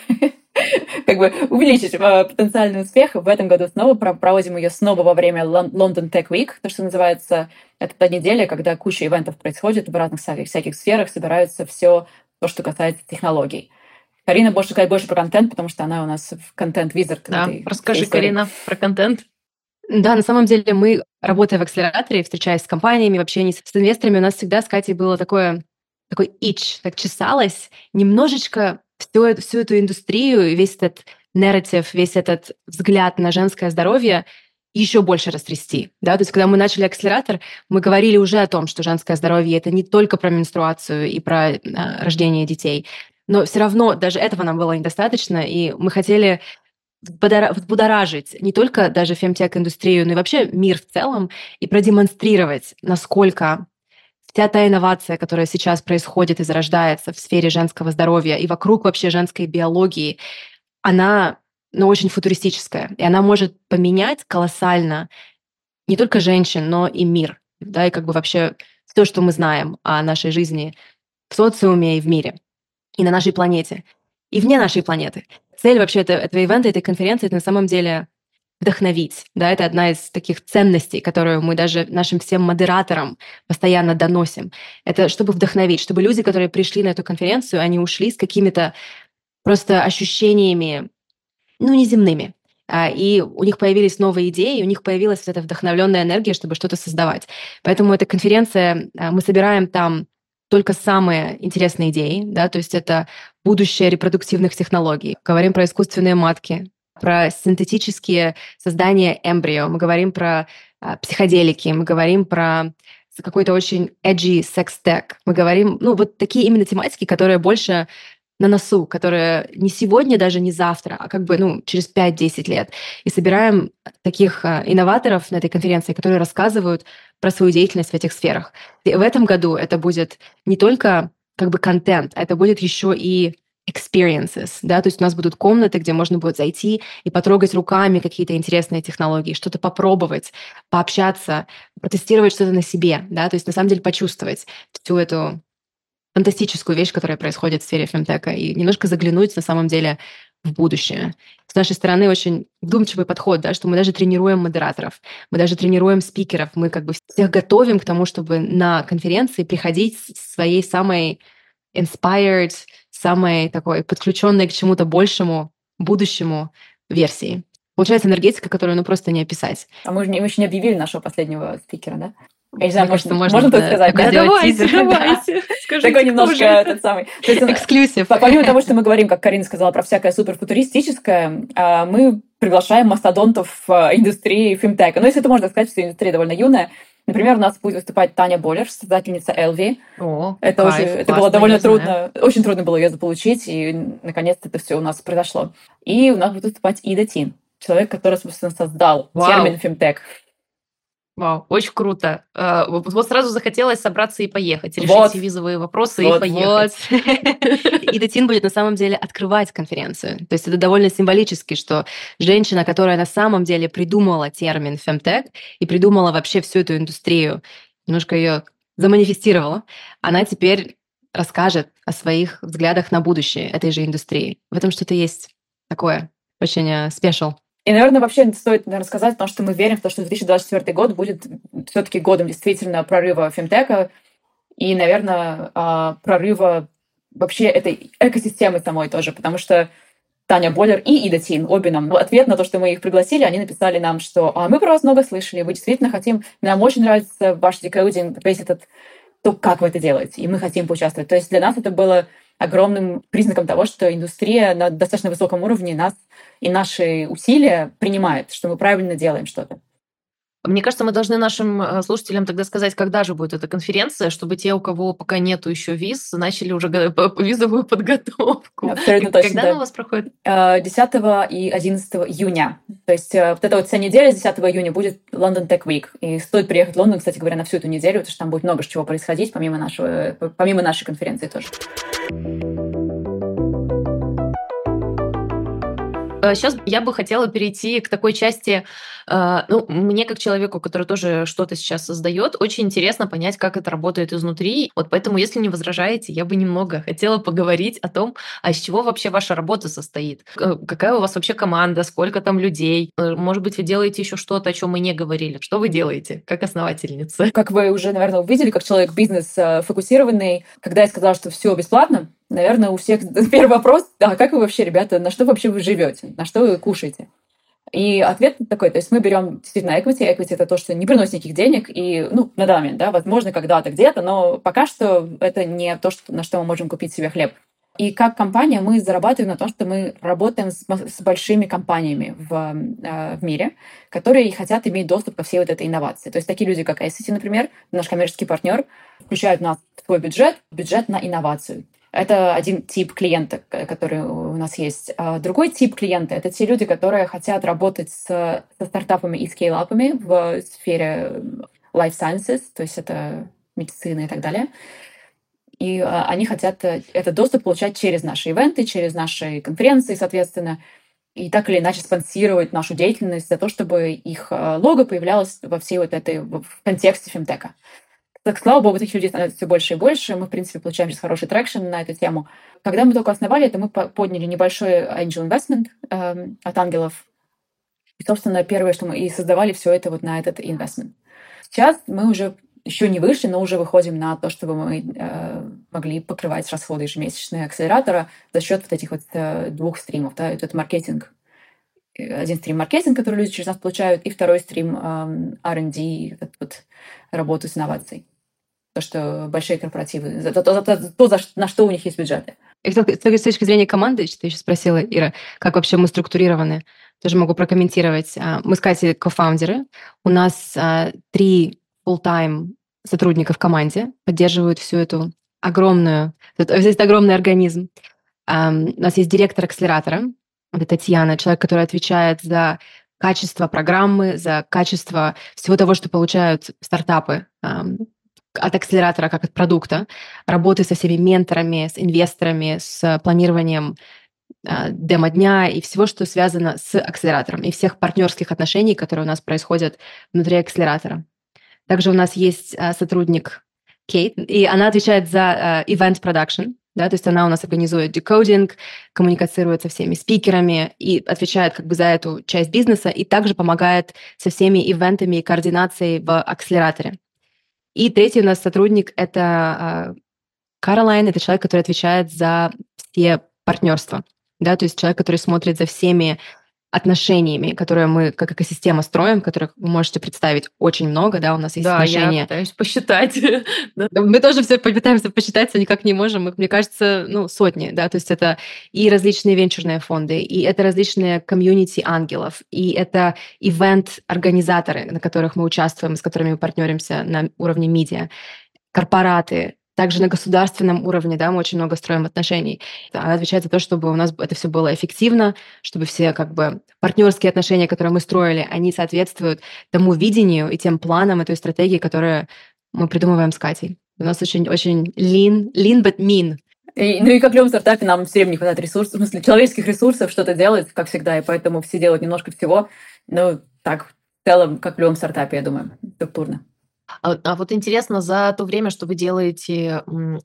как бы увеличить потенциальный успех. В этом году снова проводим ее снова во время London Tech Week, то, что называется. Это та неделя, когда куча ивентов происходит в разных всяких сферах, собираются все то, что касается технологий. Карина больше сказать больше про контент, потому что она у нас в контент-визард. Да, расскажи, Карина, про контент. Да, на самом деле мы, работая в акселераторе, встречаясь с компаниями, в общении с инвесторами, у нас всегда с Катей было такой itch, так чесалось немножечко всю эту индустрию, весь этот нарратив, весь этот взгляд на женское здоровье еще больше растрясти. Да? То есть когда мы начали акселератор, мы говорили уже о том, что женское здоровье — это не только про менструацию и про рождение детей, но все равно даже этого нам было недостаточно, и мы хотели взбудоражить не только даже фемтек-индустрию, но и вообще мир в целом, и продемонстрировать, насколько вся та инновация, которая сейчас происходит и зарождается в сфере женского здоровья и вокруг вообще женской биологии, она очень футуристическая, и она может поменять колоссально не только женщин, но и мир, да, и как бы вообще все, что мы знаем о нашей жизни в социуме и в мире, и на нашей планете, и вне нашей планеты. Цель вообще этого ивента, этой конференции — это на самом деле вдохновить. Да, это одна из таких ценностей, которую мы даже нашим всем модераторам постоянно доносим. Это чтобы вдохновить, чтобы люди, которые пришли на эту конференцию, они ушли с какими-то просто ощущениями, неземными. И у них появились новые идеи, у них появилась эта вдохновленная энергия, чтобы что-то создавать. Поэтому эта конференция, мы собираем там только самые интересные идеи, да, то есть это будущее репродуктивных технологий. Говорим про искусственные матки, про синтетические создания эмбрио, мы говорим про психоделики, мы говорим про какой-то очень edgy секс-тек, мы говорим, вот такие именно тематики, которые больше на носу, которые не сегодня, даже не завтра, а как бы через 5-10 лет. И собираем таких инноваторов на этой конференции, которые рассказывают про свою деятельность в этих сферах. И в этом году это будет не только как бы контент, а это будет еще и experiences, да, то есть у нас будут комнаты, где можно будет зайти и потрогать руками какие-то интересные технологии, что-то попробовать, пообщаться, протестировать что-то на себе, да, то есть на самом деле почувствовать всю эту фантастическую вещь, которая происходит в сфере фемтека, и немножко заглянуть на самом деле в будущее. С нашей стороны очень вдумчивый подход, да, что мы даже тренируем модераторов, мы даже тренируем спикеров, мы как бы всех готовим к тому, чтобы на конференции приходить с своей самой inspired, самой такой подключенной к чему-то большему, будущему версии. Получается энергетика, которую просто не описать. А мы еще не объявили нашего последнего спикера, да? Я не знаю, можно тут сказать. Да, давайте. Скажите, такой немножко этот самый... Эксклюзив. Помимо того, что мы говорим, как Карина сказала, про всякое суперфутуристическое, мы приглашаем мастодонтов индустрии фемтека. Если это можно сказать, что индустрия довольно юная. Например, у нас будет выступать Таня Боллер, создательница Элви. Это было довольно трудно, очень трудно было ее заполучить, и наконец-то это все у нас произошло. И у нас будет выступать Ида Тин, человек, который, собственно, создал термин фемтек. Вау, очень круто. Вот сразу захотелось собраться и поехать, решить все визовые вопросы и поехать. Ида Тин будет на самом деле открывать конференцию. То есть это довольно символически, что женщина, которая на самом деле придумала термин фемтек и придумала вообще всю эту индустрию, немножко ее заманифестировала, она теперь расскажет о своих взглядах на будущее этой же индустрии. В этом что-то есть такое очень спешл. И, наверное, вообще стоит сказать, потому что мы верим в то, что 2024 год будет все-таки годом действительно прорыва фемтека и, наверное, прорыва вообще этой экосистемы самой тоже, потому что Таня Боллер и Ида Тин, обе нам в ответ на то, что мы их пригласили, они написали нам, что мы про вас много слышали, вы действительно хотим, нам очень нравится ваш декодинг, весь этот, то, как вы это делаете, и мы хотим поучаствовать. То есть для нас это было огромным признаком того, что индустрия на достаточно высоком уровне нас и наши усилия принимает, что мы правильно делаем что-то. Мне кажется, мы должны нашим слушателям тогда сказать, когда же будет эта конференция, чтобы те, у кого пока нету еще виз, начали уже визовую подготовку. Абсолютно точно, Когда да. она у вас проходит? 10 и 11 июня. То есть вот эта вот вся неделя с 10 июня будет London Tech Week. И стоит приехать в Лондон, кстати говоря, на всю эту неделю, потому что там будет много чего происходить, помимо нашей конференции тоже. Сейчас я бы хотела перейти к такой части, мне как человеку, который тоже что-то сейчас создает, очень интересно понять, как это работает изнутри. Вот поэтому, если не возражаете, я бы немного хотела поговорить о том, а из чего вообще ваша работа состоит. Какая у вас вообще команда, сколько там людей? Может быть, вы делаете еще что-то, о чем мы не говорили. Что вы делаете как основательница? Как вы уже, наверное, увидели, как человек бизнес-фокусированный, когда я сказала, что все бесплатно, наверное, у всех первый вопрос: а как вы вообще, ребята, на что вообще вы живете, на что вы кушаете? И ответ такой: то есть мы берем действительно equity. Equity — это то, что не приносит никаких денег, и, на данный момент, да, возможно, когда-то где-то, но пока что это не то, на что мы можем купить себе хлеб. И как компания мы зарабатываем на том, что мы работаем с большими компаниями в мире, которые хотят иметь доступ ко всей вот этой инновации. То есть такие люди, как Essity, например, наш коммерческий партнер, включают в нас свой бюджет на инновацию. Это один тип клиента, который у нас есть. А другой тип клиента — это те люди, которые хотят работать со стартапами и скейлапами в сфере life sciences, то есть это медицина и так далее. И они хотят этот доступ получать через наши ивенты, через наши конференции, соответственно, и так или иначе спонсировать нашу деятельность за то, чтобы их лого появлялось во всей вот этой в контексте фемтека. Так, слава богу, таких людей становится все больше и больше. Мы, в принципе, получаем сейчас хороший трекшн на эту тему. Когда мы только основали это, мы подняли небольшой angel investment от ангелов. И, собственно, первое, что мы и создавали все это вот на этот investment. Сейчас мы уже еще не вышли, но уже выходим на то, чтобы мы могли покрывать расходы ежемесячные акселератора за счет вот этих вот двух стримов. Да? Это маркетинг. Один стрим маркетинг, который люди через нас получают, и второй стрим R&D, вот, работу с инновацией. То, что большие корпоративы, на что у них есть бюджеты. И с точки зрения команды, что ты еще спросила, Ира, как вообще мы структурированы, тоже могу прокомментировать. Мы с Катей кофаундеры. У нас 3 full-time сотрудника в команде поддерживают всю эту весь огромный организм. У нас есть директор акселератора, это Татьяна, человек, который отвечает за качество программы, за качество всего того, что получают стартапы от акселератора, как от продукта, работает со всеми менторами, с инвесторами, с планированием демо-дня и всего, что связано с акселератором, и всех партнерских отношений, которые у нас происходят внутри акселератора. Также у нас есть сотрудник Кейт, и она отвечает за event production. Да, то есть она у нас организует декодинг, коммуницирует со всеми спикерами и отвечает как бы за эту часть бизнеса, и также помогает со всеми ивентами и координацией в акселераторе. И третий у нас сотрудник — это Каролайн, это человек, который отвечает за все партнерства. Да, то есть человек, который смотрит за всеми отношениями, которые мы как экосистема строим, которых вы можете представить очень много, да, у нас есть отношения. Я пытаюсь посчитать. Мы тоже все пытаемся посчитать, но никак не можем. Их, мне кажется, сотни, да, то есть это и различные венчурные фонды, и это различные комьюнити ангелов, и это ивент-организаторы, на которых мы участвуем, с которыми мы партнеримся на уровне медиа, корпораты. Также на государственном уровне, да, мы очень много строим отношений. Она отвечает за то, чтобы у нас это все было эффективно, чтобы все как бы партнерские отношения, которые мы строили, они соответствуют тому видению и тем планам, и той стратегии, которые мы придумываем с Катей. У нас очень lean but mean. И как в любом стартапе нам все время не хватает ресурсов, в смысле человеческих ресурсов что-то делать, как всегда, и поэтому все делают немножко всего. Так, в целом, как в любом стартапе, я думаю, структурно. А вот интересно, за то время, что вы делаете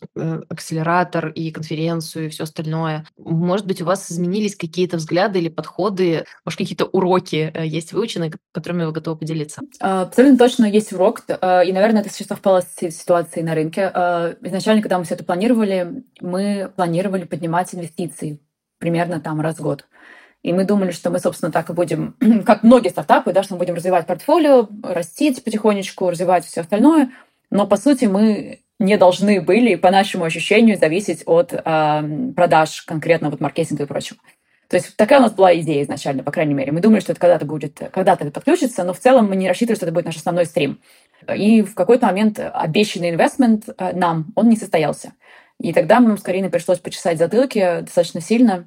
акселератор и конференцию и все остальное, может быть, у вас изменились какие-то взгляды или подходы, может, какие-то уроки есть выученные, которыми вы готовы поделиться? Абсолютно точно есть урок, и, наверное, это сейчас совпало с ситуацией на рынке. Изначально, когда мы все это планировали, мы планировали поднимать инвестиции примерно там раз в год. И мы думали, что мы, собственно, так и будем, как многие стартапы, да, что мы будем развивать портфолио, растить потихонечку, развивать все остальное. Но, по сути, мы не должны были, по нашему ощущению, зависеть от продаж конкретно вот маркетинга и прочего. То есть такая у нас была идея изначально, по крайней мере. Мы думали, что это когда-то это подключится, но в целом мы не рассчитывали, что это будет наш основной стрим. И в какой-то момент обещанный инвестмент нам, он не состоялся. И тогда нам с Кариной пришлось почесать затылки достаточно сильно.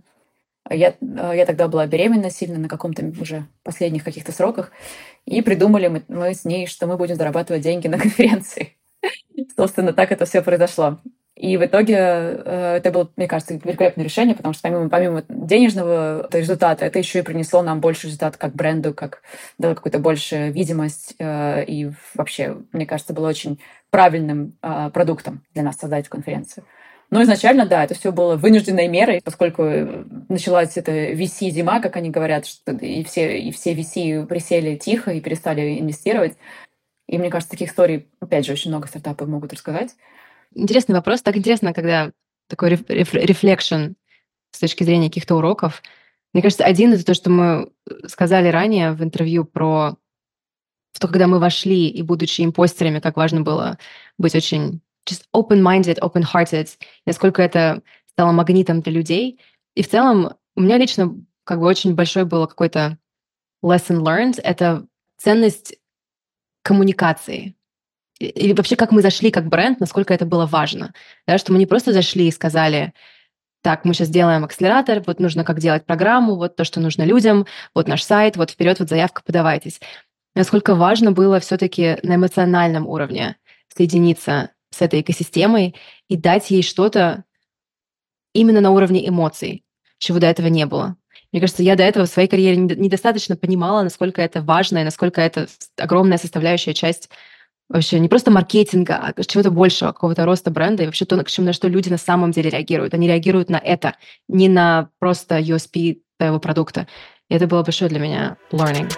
Я тогда была беременна сильно на каком-то уже последних каких-то сроках. И придумали мы с ней, что мы будем зарабатывать деньги на конференции. Собственно, так это все произошло. И в итоге это было, мне кажется, великолепное решение, потому что помимо денежного результата, это еще и принесло нам больше результат как бренду, как дало какую-то большую видимость. И вообще, мне кажется, было очень правильным продуктом для нас создать эту конференцию. Но изначально, да, это все было вынужденной мерой, поскольку началась эта VC-зима, как они говорят, и все VC присели тихо и перестали инвестировать. И мне кажется, таких историй, опять же, очень много стартапов могут рассказать. Интересный вопрос. Так интересно, когда такой рефлекшн с точки зрения каких-то уроков. Мне кажется, один — это то, что мы сказали ранее в интервью про то, когда мы вошли, и будучи импостерами, как важно было быть очень just open-minded, open-hearted, насколько это стало магнитом для людей. И в целом у меня лично как бы очень большой был какой-то lesson learned — это ценность коммуникации. И вообще, как мы зашли как бренд, насколько это было важно. Да, что мы не просто зашли и сказали: так, мы сейчас делаем акселератор, вот нужно как делать программу, вот то, что нужно людям, вот наш сайт, вот вперед, вот заявка, подавайтесь. Насколько важно было все-таки на эмоциональном уровне соединиться с этой экосистемой и дать ей что-то именно на уровне эмоций, чего до этого не было. Мне кажется, я до этого в своей карьере недостаточно понимала, насколько это важно и насколько это огромная составляющая часть вообще не просто маркетинга, а чего-то большего, какого-то роста бренда и вообще то, на что люди на самом деле реагируют. Они реагируют на это, не на просто USP твоего продукта. И это было большое для меня learning.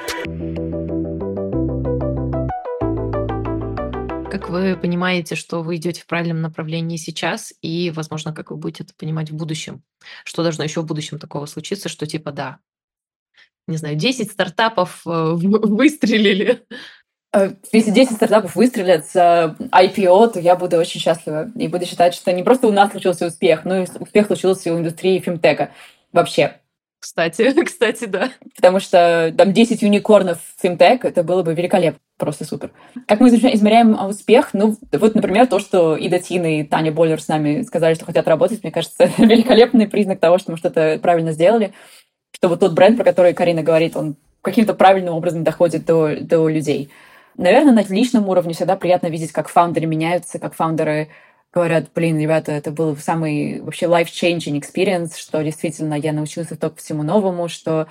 Как вы понимаете, что вы идете в правильном направлении сейчас, и, возможно, как вы будете это понимать в будущем? Что должно еще в будущем такого случиться, что типа, да, не знаю, 10 стартапов выстрелили? Если 10 стартапов выстрелят с IPO, то я буду очень счастлива. И буду считать, что не просто у нас случился успех, но и успех случился и у индустрии фемтека вообще. Кстати, да. Потому что там 10 юникорнов фемтек, это было бы великолепно, просто супер. Как мы измеряем успех? Ну, вот, например, то, что Ида Тин и Таня Боллер с нами сказали, что хотят работать, мне кажется, это великолепный признак того, что мы что-то правильно сделали, что вот тот бренд, про который Карина говорит, он каким-то правильным образом доходит до людей. Наверное, на личном уровне всегда приятно видеть, как фаундеры меняются, как фаундеры говорят: блин, ребята, это был самый вообще life-changing experience, что действительно я научился только всему новому, что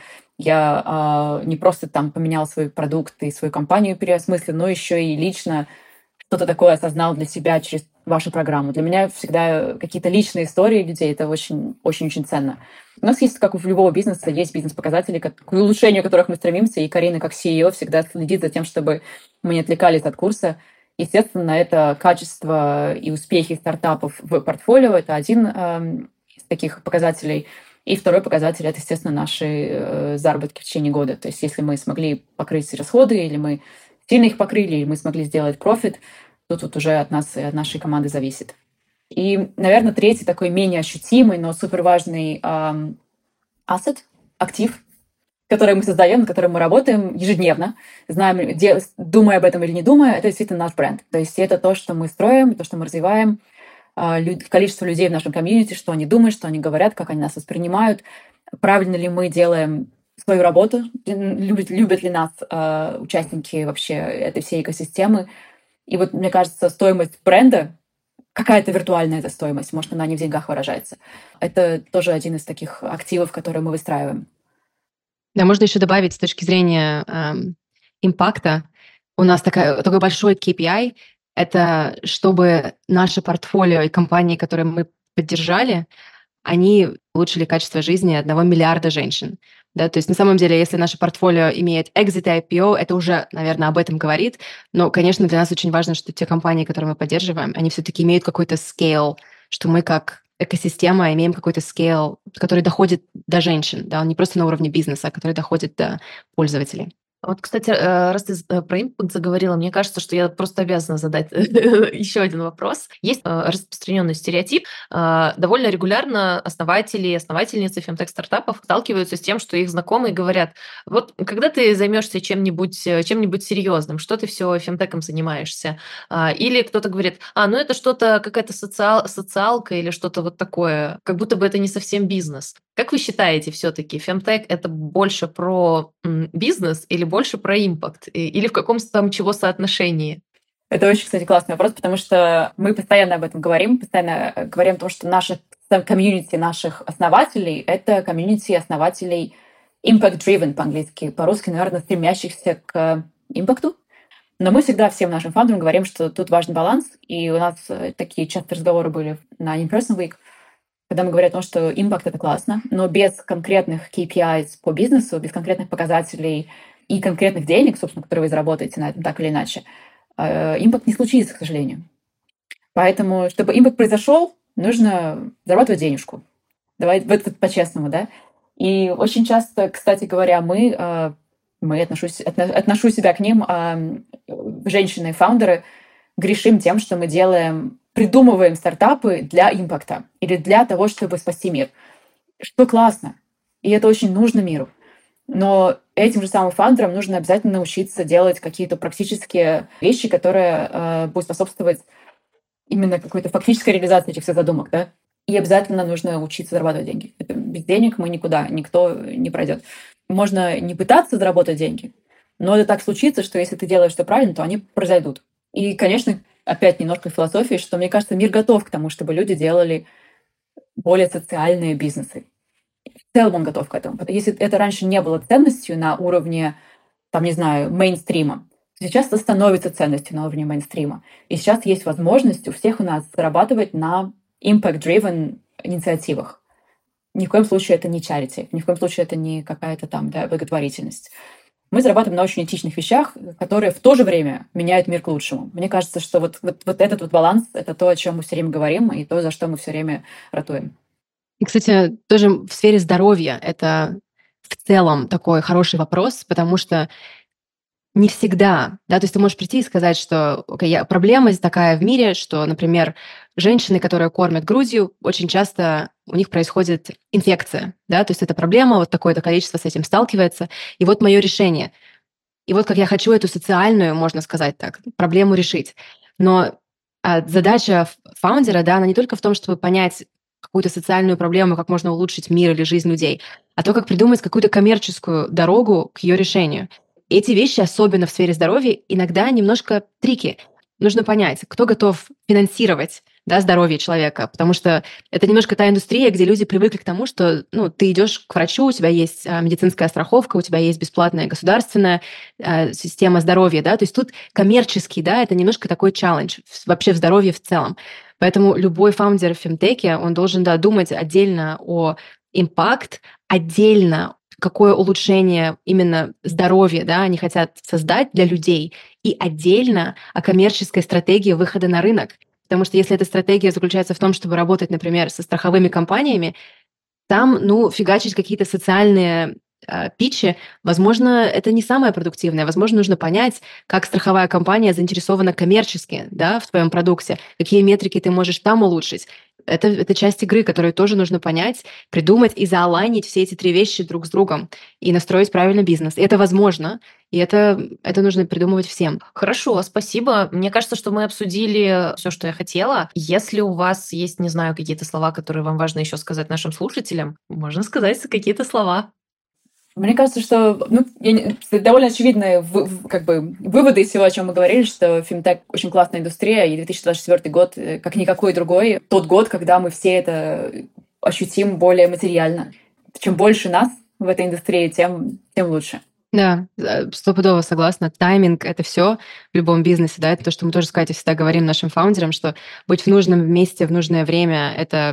я не просто там поменял свой продукт и свою компанию переосмыслил, но еще и лично что-то такое осознал для себя через вашу программу. Для меня всегда какие-то личные истории людей — это очень-очень ценно. У нас есть, как у любого бизнеса, есть бизнес-показатели, к улучшению которых мы стремимся, и Карина, как CEO, всегда следит за тем, чтобы мы не отвлекались от курса. Естественно, это качество и успехи стартапов в портфолио — это один из таких показателей. И второй показатель — это, естественно, наши заработки в течение года. То есть если мы смогли покрыть расходы, или мы сильно их покрыли, или мы смогли сделать профит, то тут уже от нас и от нашей команды зависит. И, наверное, третий такой менее ощутимый, но суперважный ассет, актив, который мы создаем, над которым мы работаем ежедневно, знаем, думая об этом или не думая, это действительно наш бренд. То есть это то, что мы строим, то, что мы развиваем, количество людей в нашем комьюнити, что они думают, что они говорят, как они нас воспринимают, правильно ли мы делаем свою работу, любят ли нас участники вообще этой всей экосистемы. И вот, мне кажется, стоимость бренда, какая-то виртуальная эта стоимость, может, она не в деньгах выражается. Это тоже один из таких активов, которые мы выстраиваем. Да, можно еще добавить с точки зрения импакта. У нас такой большой KPI — это чтобы наше портфолио и компании, которые мы поддержали, они улучшили качество жизни 1 миллиарда женщин. Да, то есть на самом деле, если наше портфолио имеет exit и IPO, это уже, наверное, об этом говорит. Но, конечно, для нас очень важно, что те компании, которые мы поддерживаем, они все-таки имеют какой-то scale, что мы как экосистема имеем какой-то scale, который доходит до женщин, да, он не просто на уровне бизнеса, а который доходит до пользователей. Вот, кстати, раз ты про импакт заговорила, мне кажется, что я просто обязана задать еще один вопрос. Есть распространенный стереотип. Довольно регулярно основатели и основательницы фемтек-стартапов сталкиваются с тем, что их знакомые говорят, вот когда ты займешься чем-нибудь серьезным, что ты все фемтеком занимаешься? Или кто-то говорит, ну это что-то, какая-то социалка или что-то вот такое, как будто бы это не совсем бизнес. Как вы считаете, все-таки фемтек это больше про бизнес или больше про импакт? Или в каком-то там чего соотношении? Это очень, кстати, классный вопрос, потому что мы постоянно об этом говорим, постоянно говорим о том, что наше комьюнити наших основателей — это комьюнити основателей impact-driven по-английски, по-русски, наверное, стремящихся к импакту. Но мы всегда всем нашим фаундерам говорим, что тут важен баланс, и у нас такие частые разговоры были на In-Person Week, когда мы говорим о том, что импакт — это классно, но без конкретных KPIs по бизнесу, без конкретных показателей и конкретных денег, собственно, которые вы заработаете на этом так или иначе, импакт не случится, к сожалению. Поэтому, чтобы импакт произошел, нужно зарабатывать денежку. Давай вот по-честному, да? И очень часто, кстати говоря, отношу себя к ним, женщины-фаундеры, грешим тем, что мы придумываем стартапы для импакта или для того, чтобы спасти мир. Что классно. И это очень нужно миру. Но этим же самым фаундерам нужно обязательно научиться делать какие-то практические вещи, которые будут способствовать именно какой-то фактической реализации этих всех задумок, да? И обязательно нужно учиться зарабатывать деньги. Без денег мы никто не пройдет. Можно не пытаться заработать деньги, но это так случится, что если ты делаешь все правильно, то они произойдут. И, конечно, опять немножко философии, что, мне кажется, мир готов к тому, чтобы люди делали более социальные бизнесы. В целом он готов к этому. Если это раньше не было ценностью на уровне, мейнстрима, то сейчас это становится ценностью на уровне мейнстрима. И сейчас есть возможность у всех у нас зарабатывать на impact-driven инициативах. Ни в коем случае это не charity, ни в коем случае это не какая-то благотворительность. Мы зарабатываем на очень этичных вещах, которые в то же время меняют мир к лучшему. Мне кажется, что вот этот баланс — это то, о чем мы все время говорим, и то, за что мы все время ратуем. И, кстати, тоже в сфере здоровья это в целом такой хороший вопрос, потому что не всегда, да, то есть ты можешь прийти и сказать, что проблема такая в мире, что, например, женщины, которые кормят грудью, очень часто у них происходит инфекция, да, то есть это проблема, вот такое-то количество с этим сталкивается, и вот мое решение. И вот как я хочу эту социальную, можно сказать так, проблему решить. Но задача фаундера, да, она не только в том, чтобы понять какую-то социальную проблему, как можно улучшить мир или жизнь людей, а то, как придумать какую-то коммерческую дорогу к ее решению. Эти вещи, особенно в сфере здоровья, иногда немножко трики. Нужно понять, кто готов финансировать, да, здоровье человека, потому что это немножко та индустрия, где люди привыкли к тому, что ты идешь к врачу, у тебя есть медицинская страховка, у тебя есть бесплатная государственная система здоровья, да, то есть тут коммерческий, да, это немножко такой челлендж вообще в здоровье в целом. Поэтому любой фаундер в фемтеке, он должен, да, думать отдельно о импакт, отдельно какое улучшение именно здоровья, да, они хотят создать для людей, и отдельно о коммерческой стратегии выхода на рынок. Потому что если эта стратегия заключается в том, чтобы работать, например, со страховыми компаниями, там, фигачить какие-то социальные питчи, возможно, это не самое продуктивное. Возможно, нужно понять, как страховая компания заинтересована коммерчески, да, в твоем продукте, какие метрики ты можешь там улучшить. Это часть игры, которую тоже нужно понять, придумать и заалайнить все эти 3 вещи друг с другом и настроить правильно бизнес. И это возможно, и это нужно придумывать всем. Хорошо, спасибо. Мне кажется, что мы обсудили все, что я хотела. Если у вас есть, не знаю, какие-то слова, которые вам важно еще сказать нашим слушателям, можно сказать какие-то слова. Мне кажется, что довольно очевидные выводы из всего, о чем мы говорили, что фемтек очень классная индустрия, и 2024 год, как никакой другой, тот год, когда мы все это ощутим более материально. Чем больше нас в этой индустрии, тем лучше. Да, стопудово согласна. Тайминг — это все в любом бизнесе, да, это то, что мы тоже, кстати, всегда говорим нашим фаундерам, что быть в нужном месте в нужное время — это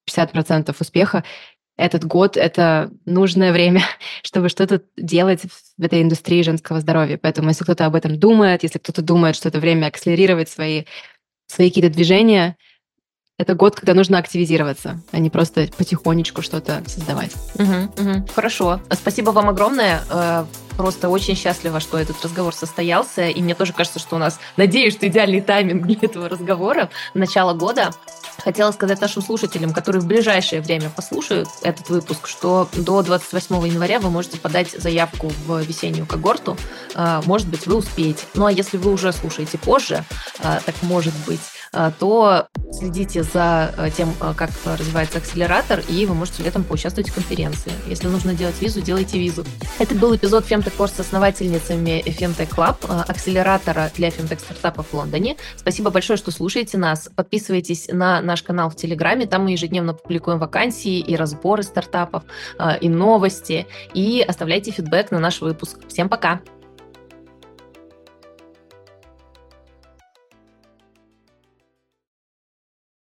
50% успеха. Этот год — это нужное время, чтобы что-то делать в этой индустрии женского здоровья. Поэтому если кто-то об этом думает, если кто-то думает, что это время акселерировать свои какие-то движения, Это год, когда нужно активизироваться, а не просто потихонечку что-то создавать. Хорошо. Спасибо вам огромное. Просто очень счастлива, что этот разговор состоялся. И мне тоже кажется, что у нас, надеюсь, что идеальный тайминг для этого разговора. Начало года. Хотела сказать нашим слушателям, которые в ближайшее время послушают этот выпуск, что до 28 января вы можете подать заявку в весеннюю когорту. Может быть, вы успеете. Ну а если вы уже слушаете позже, так может быть, то следите за тем, как развивается акселератор, и вы можете летом поучаствовать в конференции. Если нужно делать визу, делайте визу. Это был эпизод Femtech Course с основательницами Femtech Lab, акселератора для фемтек-стартапов в Лондоне. Спасибо большое, что слушаете нас. Подписывайтесь на наш канал в Телеграме, там мы ежедневно публикуем вакансии и разборы стартапов, и новости, и оставляйте фидбэк на наш выпуск. Всем пока!